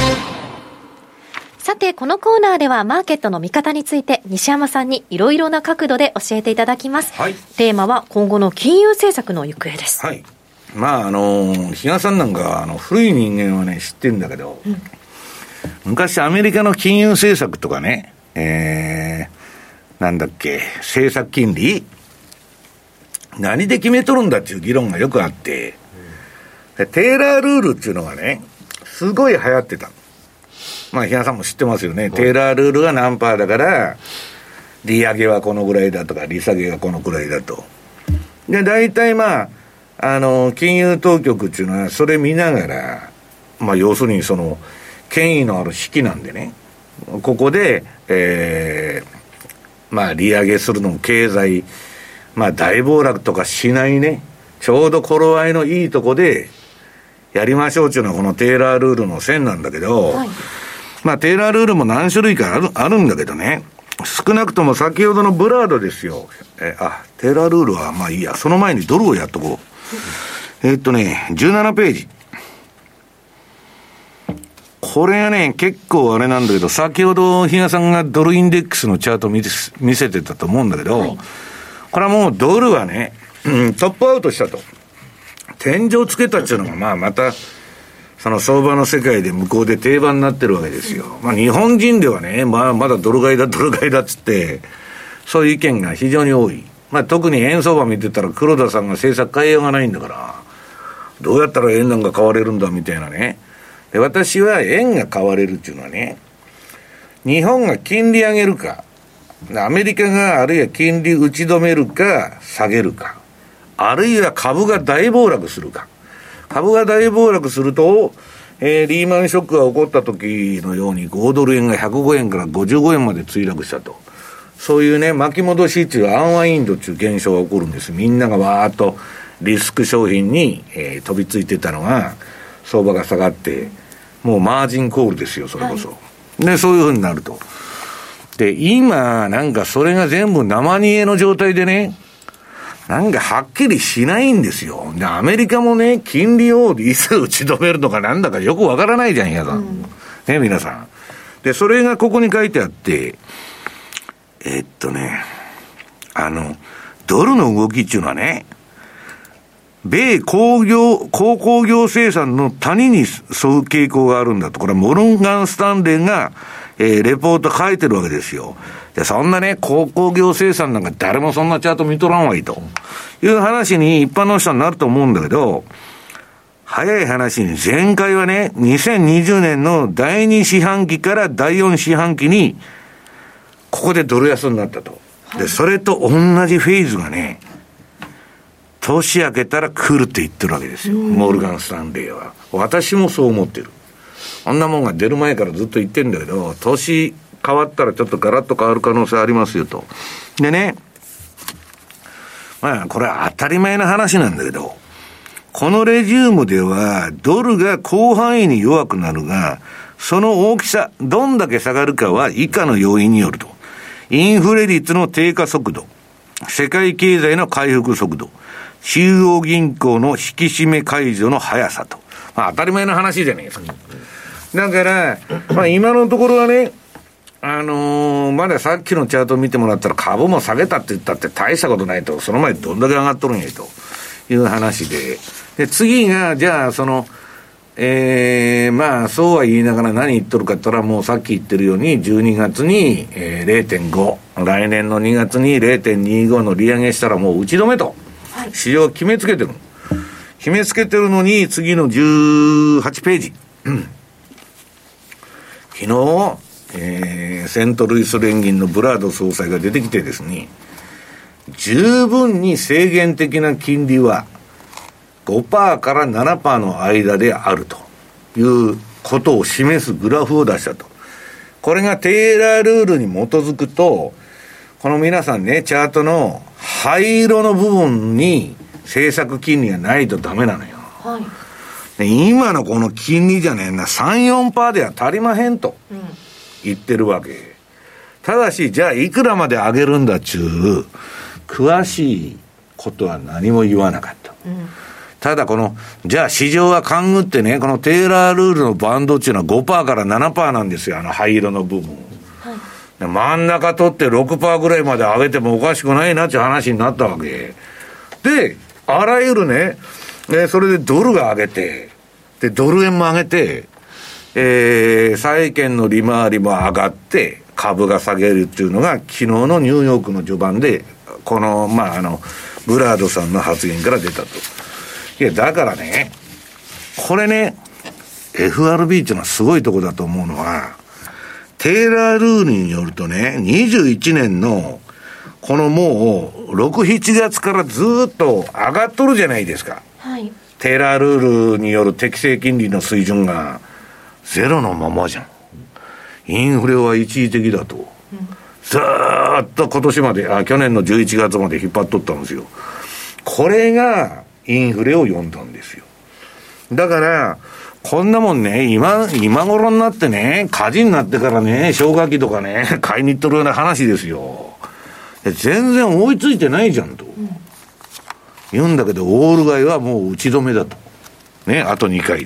さてこのコーナーではマーケットの見方について西山さんにいろいろな角度で教えていただきます、はい、テーマは今後の金融政策の行方です。 はい、まああの比嘉さんなんかあの古い人間はね知ってるんだけど、うん、昔アメリカの金融政策とかね、えー、なんだっけ政策金利何で決めとるんだっていう議論がよくあって、うん、テーラールールっていうのがねすごい流行ってた。まあ比嘉さんも知ってますよね、うん、テーラールールが何パーだから利上げはこのぐらいだとか利下げがこのぐらいだと。で大体まああの金融当局っていうのはそれ見ながら、まあ要するにその権威のある指揮なんでね、ここで、えー、まあ利上げするのも経済まあ大暴落とかしないね、ちょうど頃合いのいいとこでやりましょうっていうのはこのテーラールールの線なんだけど、はい、まあテーラールールも何種類かある、あるんだけどね、少なくとも先ほどのブラードですよ。えあテーラールールはまあいいや、その前にドルをやっとこう。えー、っとねじゅうななページ、 これはね、結構あれなんだけど、先ほど比嘉さんがドルインデックスのチャートを見て見せてたと思うんだけど、はい、これはもうドルはね、うん、トップアウトしたと。天井つけたっていうのが、まあまた、その相場の世界で向こうで定番になってるわけですよ。まあ日本人ではね、まあまだドル買いだ、ドル買いだっつって、そういう意見が非常に多い。まあ特に円相場見てたら黒田さんが政策変えようがないんだから、どうやったら円なんか買われるんだみたいなね。で、私は円が買われるっていうのはね、日本が金利上げるか、アメリカがあるいは金利打ち止めるか下げるか、あるいは株が大暴落するか。株が大暴落すると、えー、リーマンショックが起こった時のようにごドル円がひゃくごえんからごじゅうごえんまで墜落したと。そういうね、巻き戻しっていうアンワインドっていう現象が起こるんです。みんながわーっとリスク商品に、えー、飛びついてたのが、相場が下がって、もうマージンコールですよ、それこそ。はい、で、そういう風になると。で、今、なんかそれが全部生煮えの状態でね、なんかはっきりしないんですよ。で、アメリカもね、金利をいつ打ち止めるのかなんだかよくわからないじゃん、皆さん。うん、ね、皆さん。で、それがここに書いてあって、えー、っとね、あの、ドルの動きっていうのはね、米工業、鉱工業生産の谷に沿う傾向があるんだと。これはモルガン・スタンレーが、えー、レポート書いてるわけですよ。で、そんなね、鉱工業生産なんか誰もそんなチャート見とらんわいという話に一般の人になると思うんだけど、早い話に前回はね、にせんにじゅうねんのだいに四半期からだいよん四半期に、ここでドル安になったと。で、それと同じフェーズがね、年明けたら来るって言ってるわけですよ。モルガン・スタンレーは。私もそう思ってる。あんなもんが出る前からずっと言ってるんだけど、年変わったらちょっとガラッと変わる可能性ありますよと。でね、まあこれは当たり前の話なんだけど、このレジュームではドルが広範囲に弱くなるが、その大きさ、どんだけ下がるかは以下の要因によると。インフレ率の低下速度、世界経済の回復速度、中央銀行の引き締め解除の速さと。まあ当たり前の話じゃないですか。だから、まあ今のところはね、あのー、まださっきのチャートを見てもらったら株も下げたって言ったって大したことないと、その前どんだけ上がっとるんやという話で。で、次が、じゃあその、えー、まあそうは言いながら何言っとるかって言ったら、もうさっき言ってるようにじゅうにがつに、えー、れいてんご、来年のにがつに れいてんにご の利上げしたらもう打ち止めと。市場決めつけてる。決めつけてるのに、次のじゅうはちページ。うん、昨日、えー、セントルイス連銀のブラード総裁が出てきてですね、十分に制限的な金利は ごパーセント から ななパーセント の間であるということを示すグラフを出したと。これがテイラールールに基づくと、この皆さんね、チャートの灰色の部分に政策金利がないとダメなのよ。はい、で今のこの金利じゃねえな、さん、よんパーセント では足りまへんと言ってるわけ。うん、ただし、じゃあいくらまで上げるんだっちゅう、詳しいことは何も言わなかった。うん、ただこの、じゃあ市場は勘ぐってね、このテイラールールのバンドっていうのは ごパーセント から ななパーセント なんですよ、あの灰色の部分。真ん中取って ろくパーセント ぐらいまで上げてもおかしくないなっていう話になったわけで、あらゆるね、えー、それでドルが上げて、でドル円も上げて、えー、債券の利回りも上がって株が下げるっていうのが昨日のニューヨークの序盤でこのまああのブラードさんの発言から出たと。いやだからね、これね エフアールビー っていうのはすごいとこだと思うのは、テイラールールによるとね、にじゅういちねんの、このもう、ろく、しちがつからずっと上がっとるじゃないですか。はい。テイラールールによる適正金利の水準が、ゼロのままじゃん。インフレは一時的だと。うん、ずーっと今年まで、あ、去年のじゅういちがつまで引っ張っとったんですよ。これが、インフレを呼んだんですよ。だから、こんなもんね、今、今頃になってね、火事になってからね、消火器とかね、買いに行っとるような話ですよ。全然追いついてないじゃんと。うん、言うんだけど、オール買いはもう打ち止めだと。ね、あとにかいで。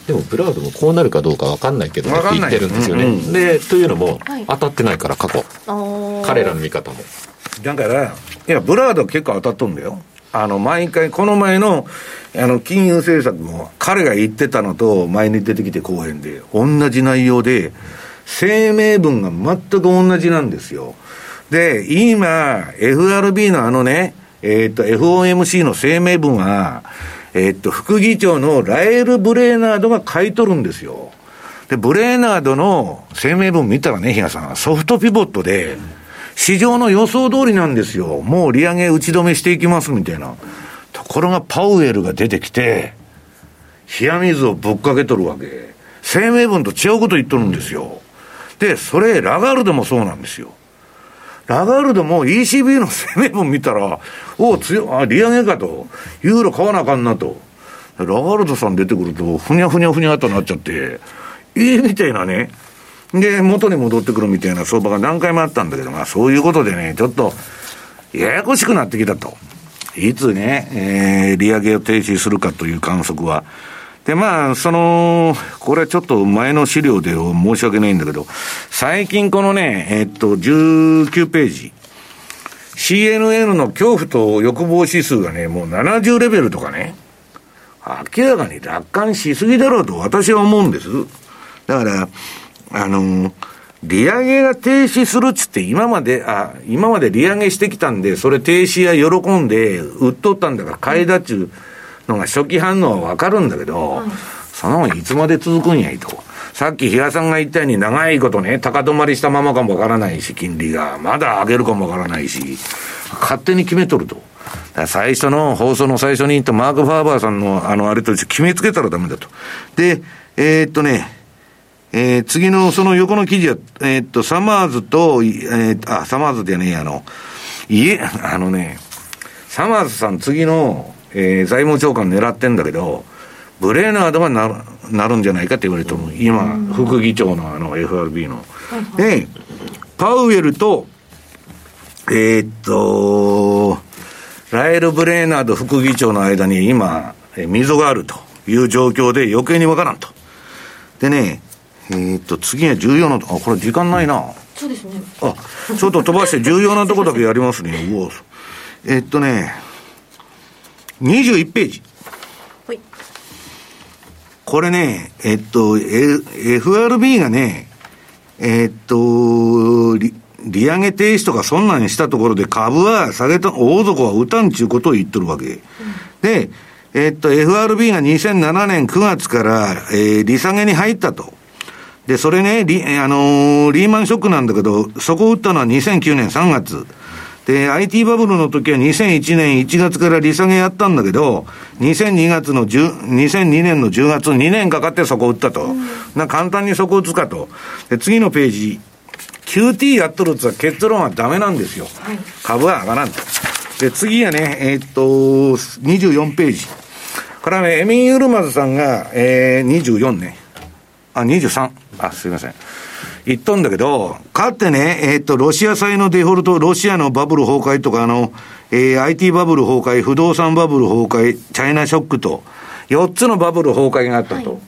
でもブラードもこうなるかどうか分かんないけどって言ってるんですよね、うんうん、でというのも、はい、当たってないから過去彼らの見方もだからいやブラード結構当たっとんだよ。あの毎回この前のあの金融政策も彼が言ってたのと前に出てきて講演で同じ内容で声明文が全く同じなんですよ。で今 エフアールビー のあのねえっと エフオーエムシー の声明文はえっと副議長のラエル・ブレーナードが書いとるんですよ。でブレーナードの声明文見たらね比嘉さんソフトピボットで市場の予想通りなんですよ。もう利上げ打ち止めしていきますみたいな。ところがパウエルが出てきて冷や水をぶっかけとるわけ。声明文と違うこと言っとるんですよ。でそれラガルドもそうなんですよ。ラガルドも イーシービー の声明文見たらお強あ利上げかとユーロ買わなあかんなと。ラガルドさん出てくるとふにゃふにゃふにゃとなっちゃっていいみたいなね。で元に戻ってくるみたいな相場が何回もあったんだけど、まあそういうことでねちょっとややこしくなってきたと。いつね、えー、利上げを停止するかという観測はでまあそのこれはちょっと前の資料で申し訳ないんだけど最近このねえっとじゅうきゅうページ シーエヌエヌ の恐怖と欲望指数がねもうななじゅうレベルとかね明らかに楽観しすぎだろうと私は思うんです。だからあの利上げが停止するっつって今まであ今まで利上げしてきたんでそれ停止や喜んで売っとったんだから買いだっちゅうのが初期反応は分かるんだけど、はい、そのいつまで続くんやいと。さっき比嘉さんが言ったように長いことね高止まりしたままかも分からないし金利がまだ上げるかも分からないし勝手に決めとると。だから最初の放送の最初に言ったマーク・ファーバーさんのあのあれと決めつけたらダメだと。でえー、っとねえー、次のその横の記事は、えー、っと、サマーズと、えー、あ、サマーズでね、あの、いえ、あのね、サマーズさん次の、えー、財務長官狙ってんだけど、ブレーナードがなる、なるんじゃないかって言われても、今、副議長のあの エフアールビー の。で、パウエルと、えー、っと、ラエル・ブレーナード副議長の間に今、溝があるという状況で余計にわからんと。でね、えー、っと次は重要なあこれ時間ないな。 そうですね。 あちょっと飛ばして重要なとこだけやりますね。うおえー、っとねにじゅういちページ。はい。これねえー、っと エフアールビー がねえー、っと利利上げ停止とかそんなにしたところで株は下げた大底は打たんちゅうことを言ってるわけ、うん、でえー、っと エフアールビー がにせんななねんくがつから、えー、利下げに入ったと。で、それね、リ、あのー、リーマンショックなんだけど、そこを打ったのはにせんきゅうねんさんがつ。で、アイティー バブルの時はにせんいちねんいちがつから利下げやったんだけど、にせんにがつの10、にせんにねんのじゅうがつ、にねんかかってそこを打ったと。うん、な簡単にそこを打つかと。で、次のページ。キューティー やっとるって言ったら結論はダメなんですよ。はい、株は上がらんと。で、次はね、えー、っと、にじゅうよんページ。これはね、エミン・ユルマズさんが、えー、にじゅうよんね。あ、にじゅうさん。あ、すいません。言っとんだけど、かってね、えー、っと、ロシア債のデフォルト、ロシアのバブル崩壊とか、あの、えー、アイティー バブル崩壊、不動産バブル崩壊、チャイナショックと、よっつのバブル崩壊があったと。はい、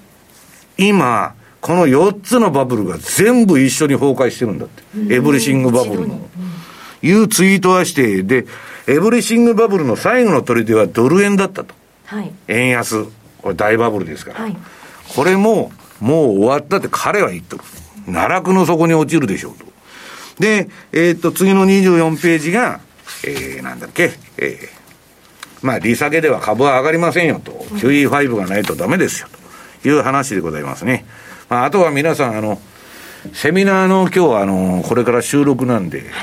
今、このよっつのバブルが全部一緒に崩壊してるんだって。エブリシングバブルの。いうツイートはして、で、エブリシングバブルの最後の砦はドル円だったと。はい、円安。これ大バブルですから。はい、これも、もう終わったって彼は言っとる。奈落の底に落ちるでしょうと。で、えー、っと、次のにじゅうよんページが、えー、なんだっけ、えー、まあ、利下げでは株は上がりませんよと。キューイーファイブ がないとダメですよという話でございますね。まあ、あとは皆さん、あの、セミナーの今日はあの、これから収録なんで、はい、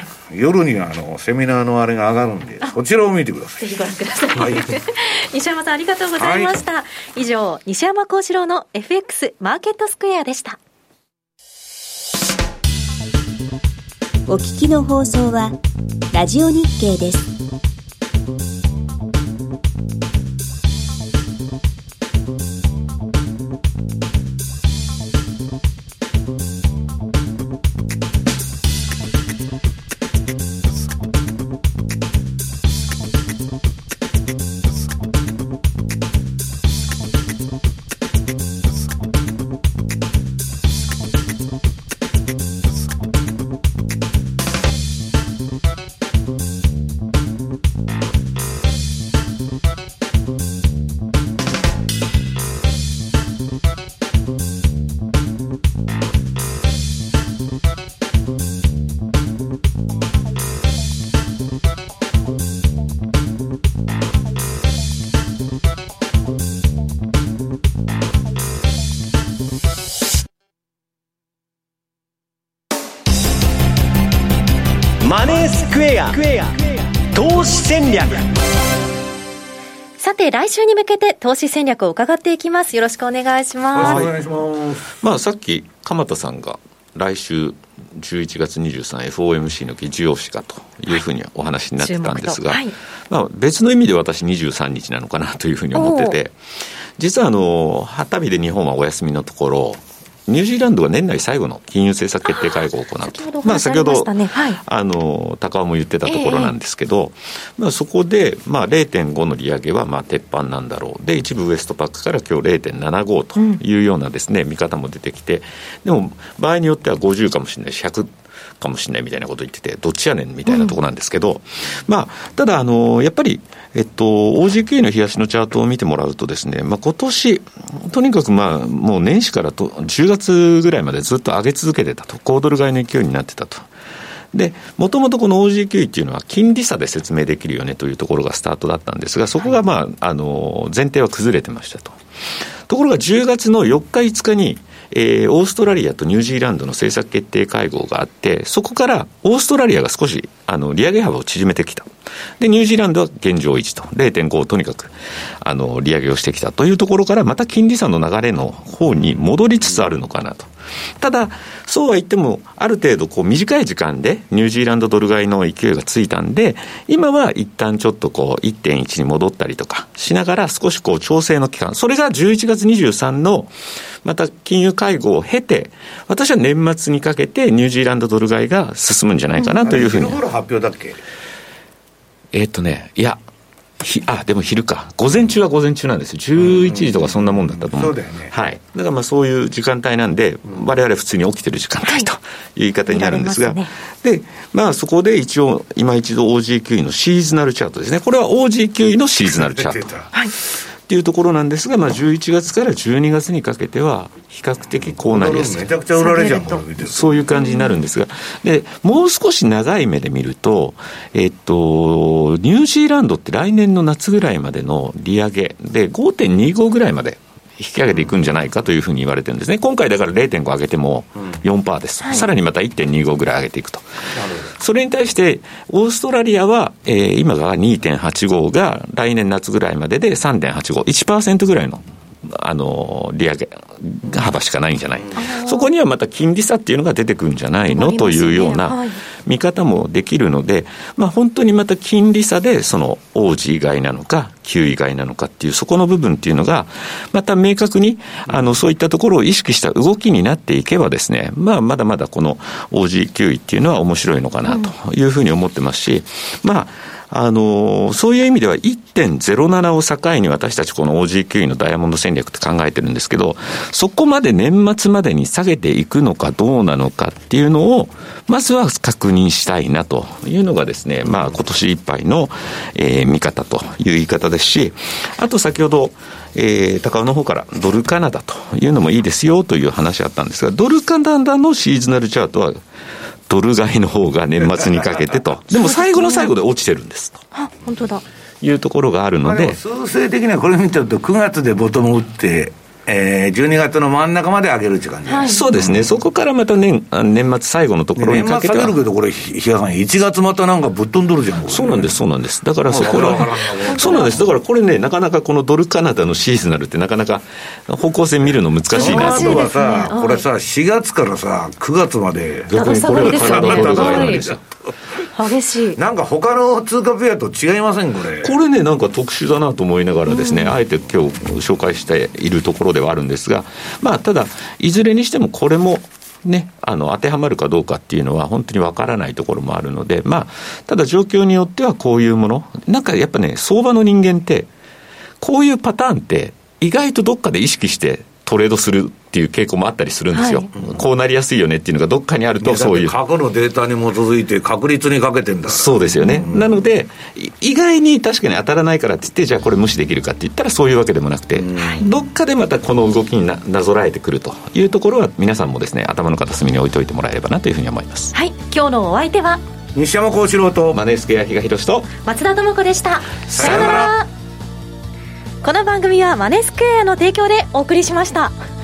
夜にはあの、セミナーのあれが上がるんで、そちらを見てください。 ぜひご覧ください。はい、西山さんありがとうございました。はい、以上、西山幸四郎の エフエックス マーケットスクエアでした。 お聞きの放送は、ラジオ日経です。 マネースクエア投資戦略。 さて来週に向けて投資戦略を伺っていきます。よろしくお願いします。 お願いします。 まあ、さっき鎌田さんが来週じゅういちがつにじゅうさん エフオーエムシー の議事要旨かというふうにお話になってたんですが、はいはい、まあ、別の意味で私にじゅうさんにちなのかなというふうに思ってて、実はあの旗日で日本はお休みのところ、ニュージーランドが年内最後の金融政策決定会合を行うと、まあ、先ほど、はい、あの高尾も言ってたところなんですけど、えーまあ、そこで、まあ、ゼロてんご の利上げはまあ鉄板なんだろう、で一部ウエストパックから今日 ゼロてんななご というようなですね、うん、見方も出てきて、でも場合によってはごじゅうかもしれないしひゃくかもしれないみたいなことを言ってて、どっちやねんみたいなところなんですけど、うん、まあ、ただあのやっぱり、えっと、オージーキュー の冷やしのチャートを見てもらうとですね、まあ、今年とにかく、まあ、もう年始からとじゅうがつぐらいまでずっと上げ続けてたと、高ドル買いの勢いになってたと。でもともとこの オージーキュー っていうのは金利差で説明できるよねというところがスタートだったんですが、そこが、まあ、あの前提は崩れてましたと。ところがじゅうがつのよっかいつかにえー、オーストラリアとニュージーランドの政策決定会合があって、そこからオーストラリアが少しあの利上げ幅を縮めてきた。でニュージーランドは現状維持と ゼロてんご をとにかくあの利上げをしてきたというところから、また金利差の流れの方に戻りつつあるのかなと。ただそうは言ってもある程度こう短い時間でニュージーランドドル買いの勢いがついたんで、今は一旦ちょっとこう いってんいち に戻ったりとかしながら少しこう調整の期間、それがじゅういちがつにじゅうさんのまた金融会合を経て、私は年末にかけてニュージーランドドル買いが進むんじゃないかなというふうに。 昼頃発表だっけ？ えーっとねいやひあでも昼か、午前中は午前中なんですよ。じゅういちじとかそんなもんだったと思う。 そうだよね。 はい。だからまあそういう時間帯なんで、うん、我々普通に起きてる時間帯という言い方になるんですが、はい、でまあそこで一応今一度 オージーキューイー のシーズナルチャートですね。これは オージーキューイー のシーズナルチャート。はい。っていうところなんですが、まあ、じゅういちがつからじゅうにがつにかけては比較的こうなりやすい、 めちゃくちゃ売られちゃう、 そういう感じになるんですが、でもう少し長い目で見ると、えっと、ニュージーランドって来年の夏ぐらいまでの利上げで ごてんにご ぐらいまで引き上げていくんじゃないかというふうに言われてるんですね。今回だから ゼロてんご 上げても よんパーセント です、うん、さらにまた いってんにご ぐらい上げていくと。それに対してオーストラリアは、えー、今が にてんはちご が来年夏ぐらいまでで さんてんはちご、いちパーセント ぐらいのあの利上げ幅しかないんじゃない、うん、そこにはまた金利差っていうのが出てくるんじゃないの、ね、というような見方もできるので、まあ、本当にまた金利差でその オージー 以外なのか Q 以外なのかっていうそこの部分っていうのがまた明確にあのそういったところを意識した動きになっていけばですね、まあ、まだまだこの オージーキューイー っていうのは面白いのかなというふうに思ってますし、まああのそういう意味では いってんゼロなな を境に私たちこの オージーキューイー のダイヤモンド戦略って考えてるんですけど、そこまで年末までに下げていくのかどうなのかっていうのをまずは確認したいなというのがですね、まあ今年いっぱいの、えー、見方という言い方ですし、あと先ほど、えー、高尾の方からドルカナダというのもいいですよという話あったんですが、ドルカナダのシーズナルチャートはドル買いの方が年末にかけてとでも最後の最後で落ちてるんですとあ本当だいうところがあるので、まあ、 数勢的にはこれ見てるとくがつでボトム打ってえー、じゅうにがつの真ん中まで上げるって感じ、はい、 そうですね、そこからまた 年, 年末最後のところにかけては年末下げるけど、これ比嘉さんいちがつまたなんかぶっ飛んどるじゃん。 そうなんですそうなんです。だからそこはそうなんです。だからこれね、なかなかこのドルカナダのシーズナルってなかなか方向性見るの難しいなと。 あとはさ、これさしがつからさくがつまで逆にこれはカナダドル買いなんですよ。 激しい。 なんか他の通貨ペアと違いませんこれ。 これねなんか特殊だなと思いながらですね、うん、あえて今日紹介しているところではあるんですが、まあただいずれにしてもこれもね、あの当てはまるかどうかっていうのは本当にわからないところもあるので、まあただ状況によってはこういうものなんかやっぱね相場の人間ってこういうパターンって意外とどっかで意識してトレードするっていう傾向もあったりするんですよ、はい、こうなりやすいよねっていうのがどっかにあると、そういう過去のデータに基づいて確率にかけてんだから。 そうですよね、うん、なので意外に確かに当たらないからって言ってじゃあこれ無視できるかって言ったらそういうわけでもなくて、うん、どっかでまたこの動きに な, なぞらえてくるというところは皆さんもですね頭の片隅に置いといてもらえればなというふうに思います。 はい、今日のお相手は西山幸四郎とマネースクエア比嘉宏と松田智子でした。 さよなら。 この番組はマネースクエアの提供でお送りしました。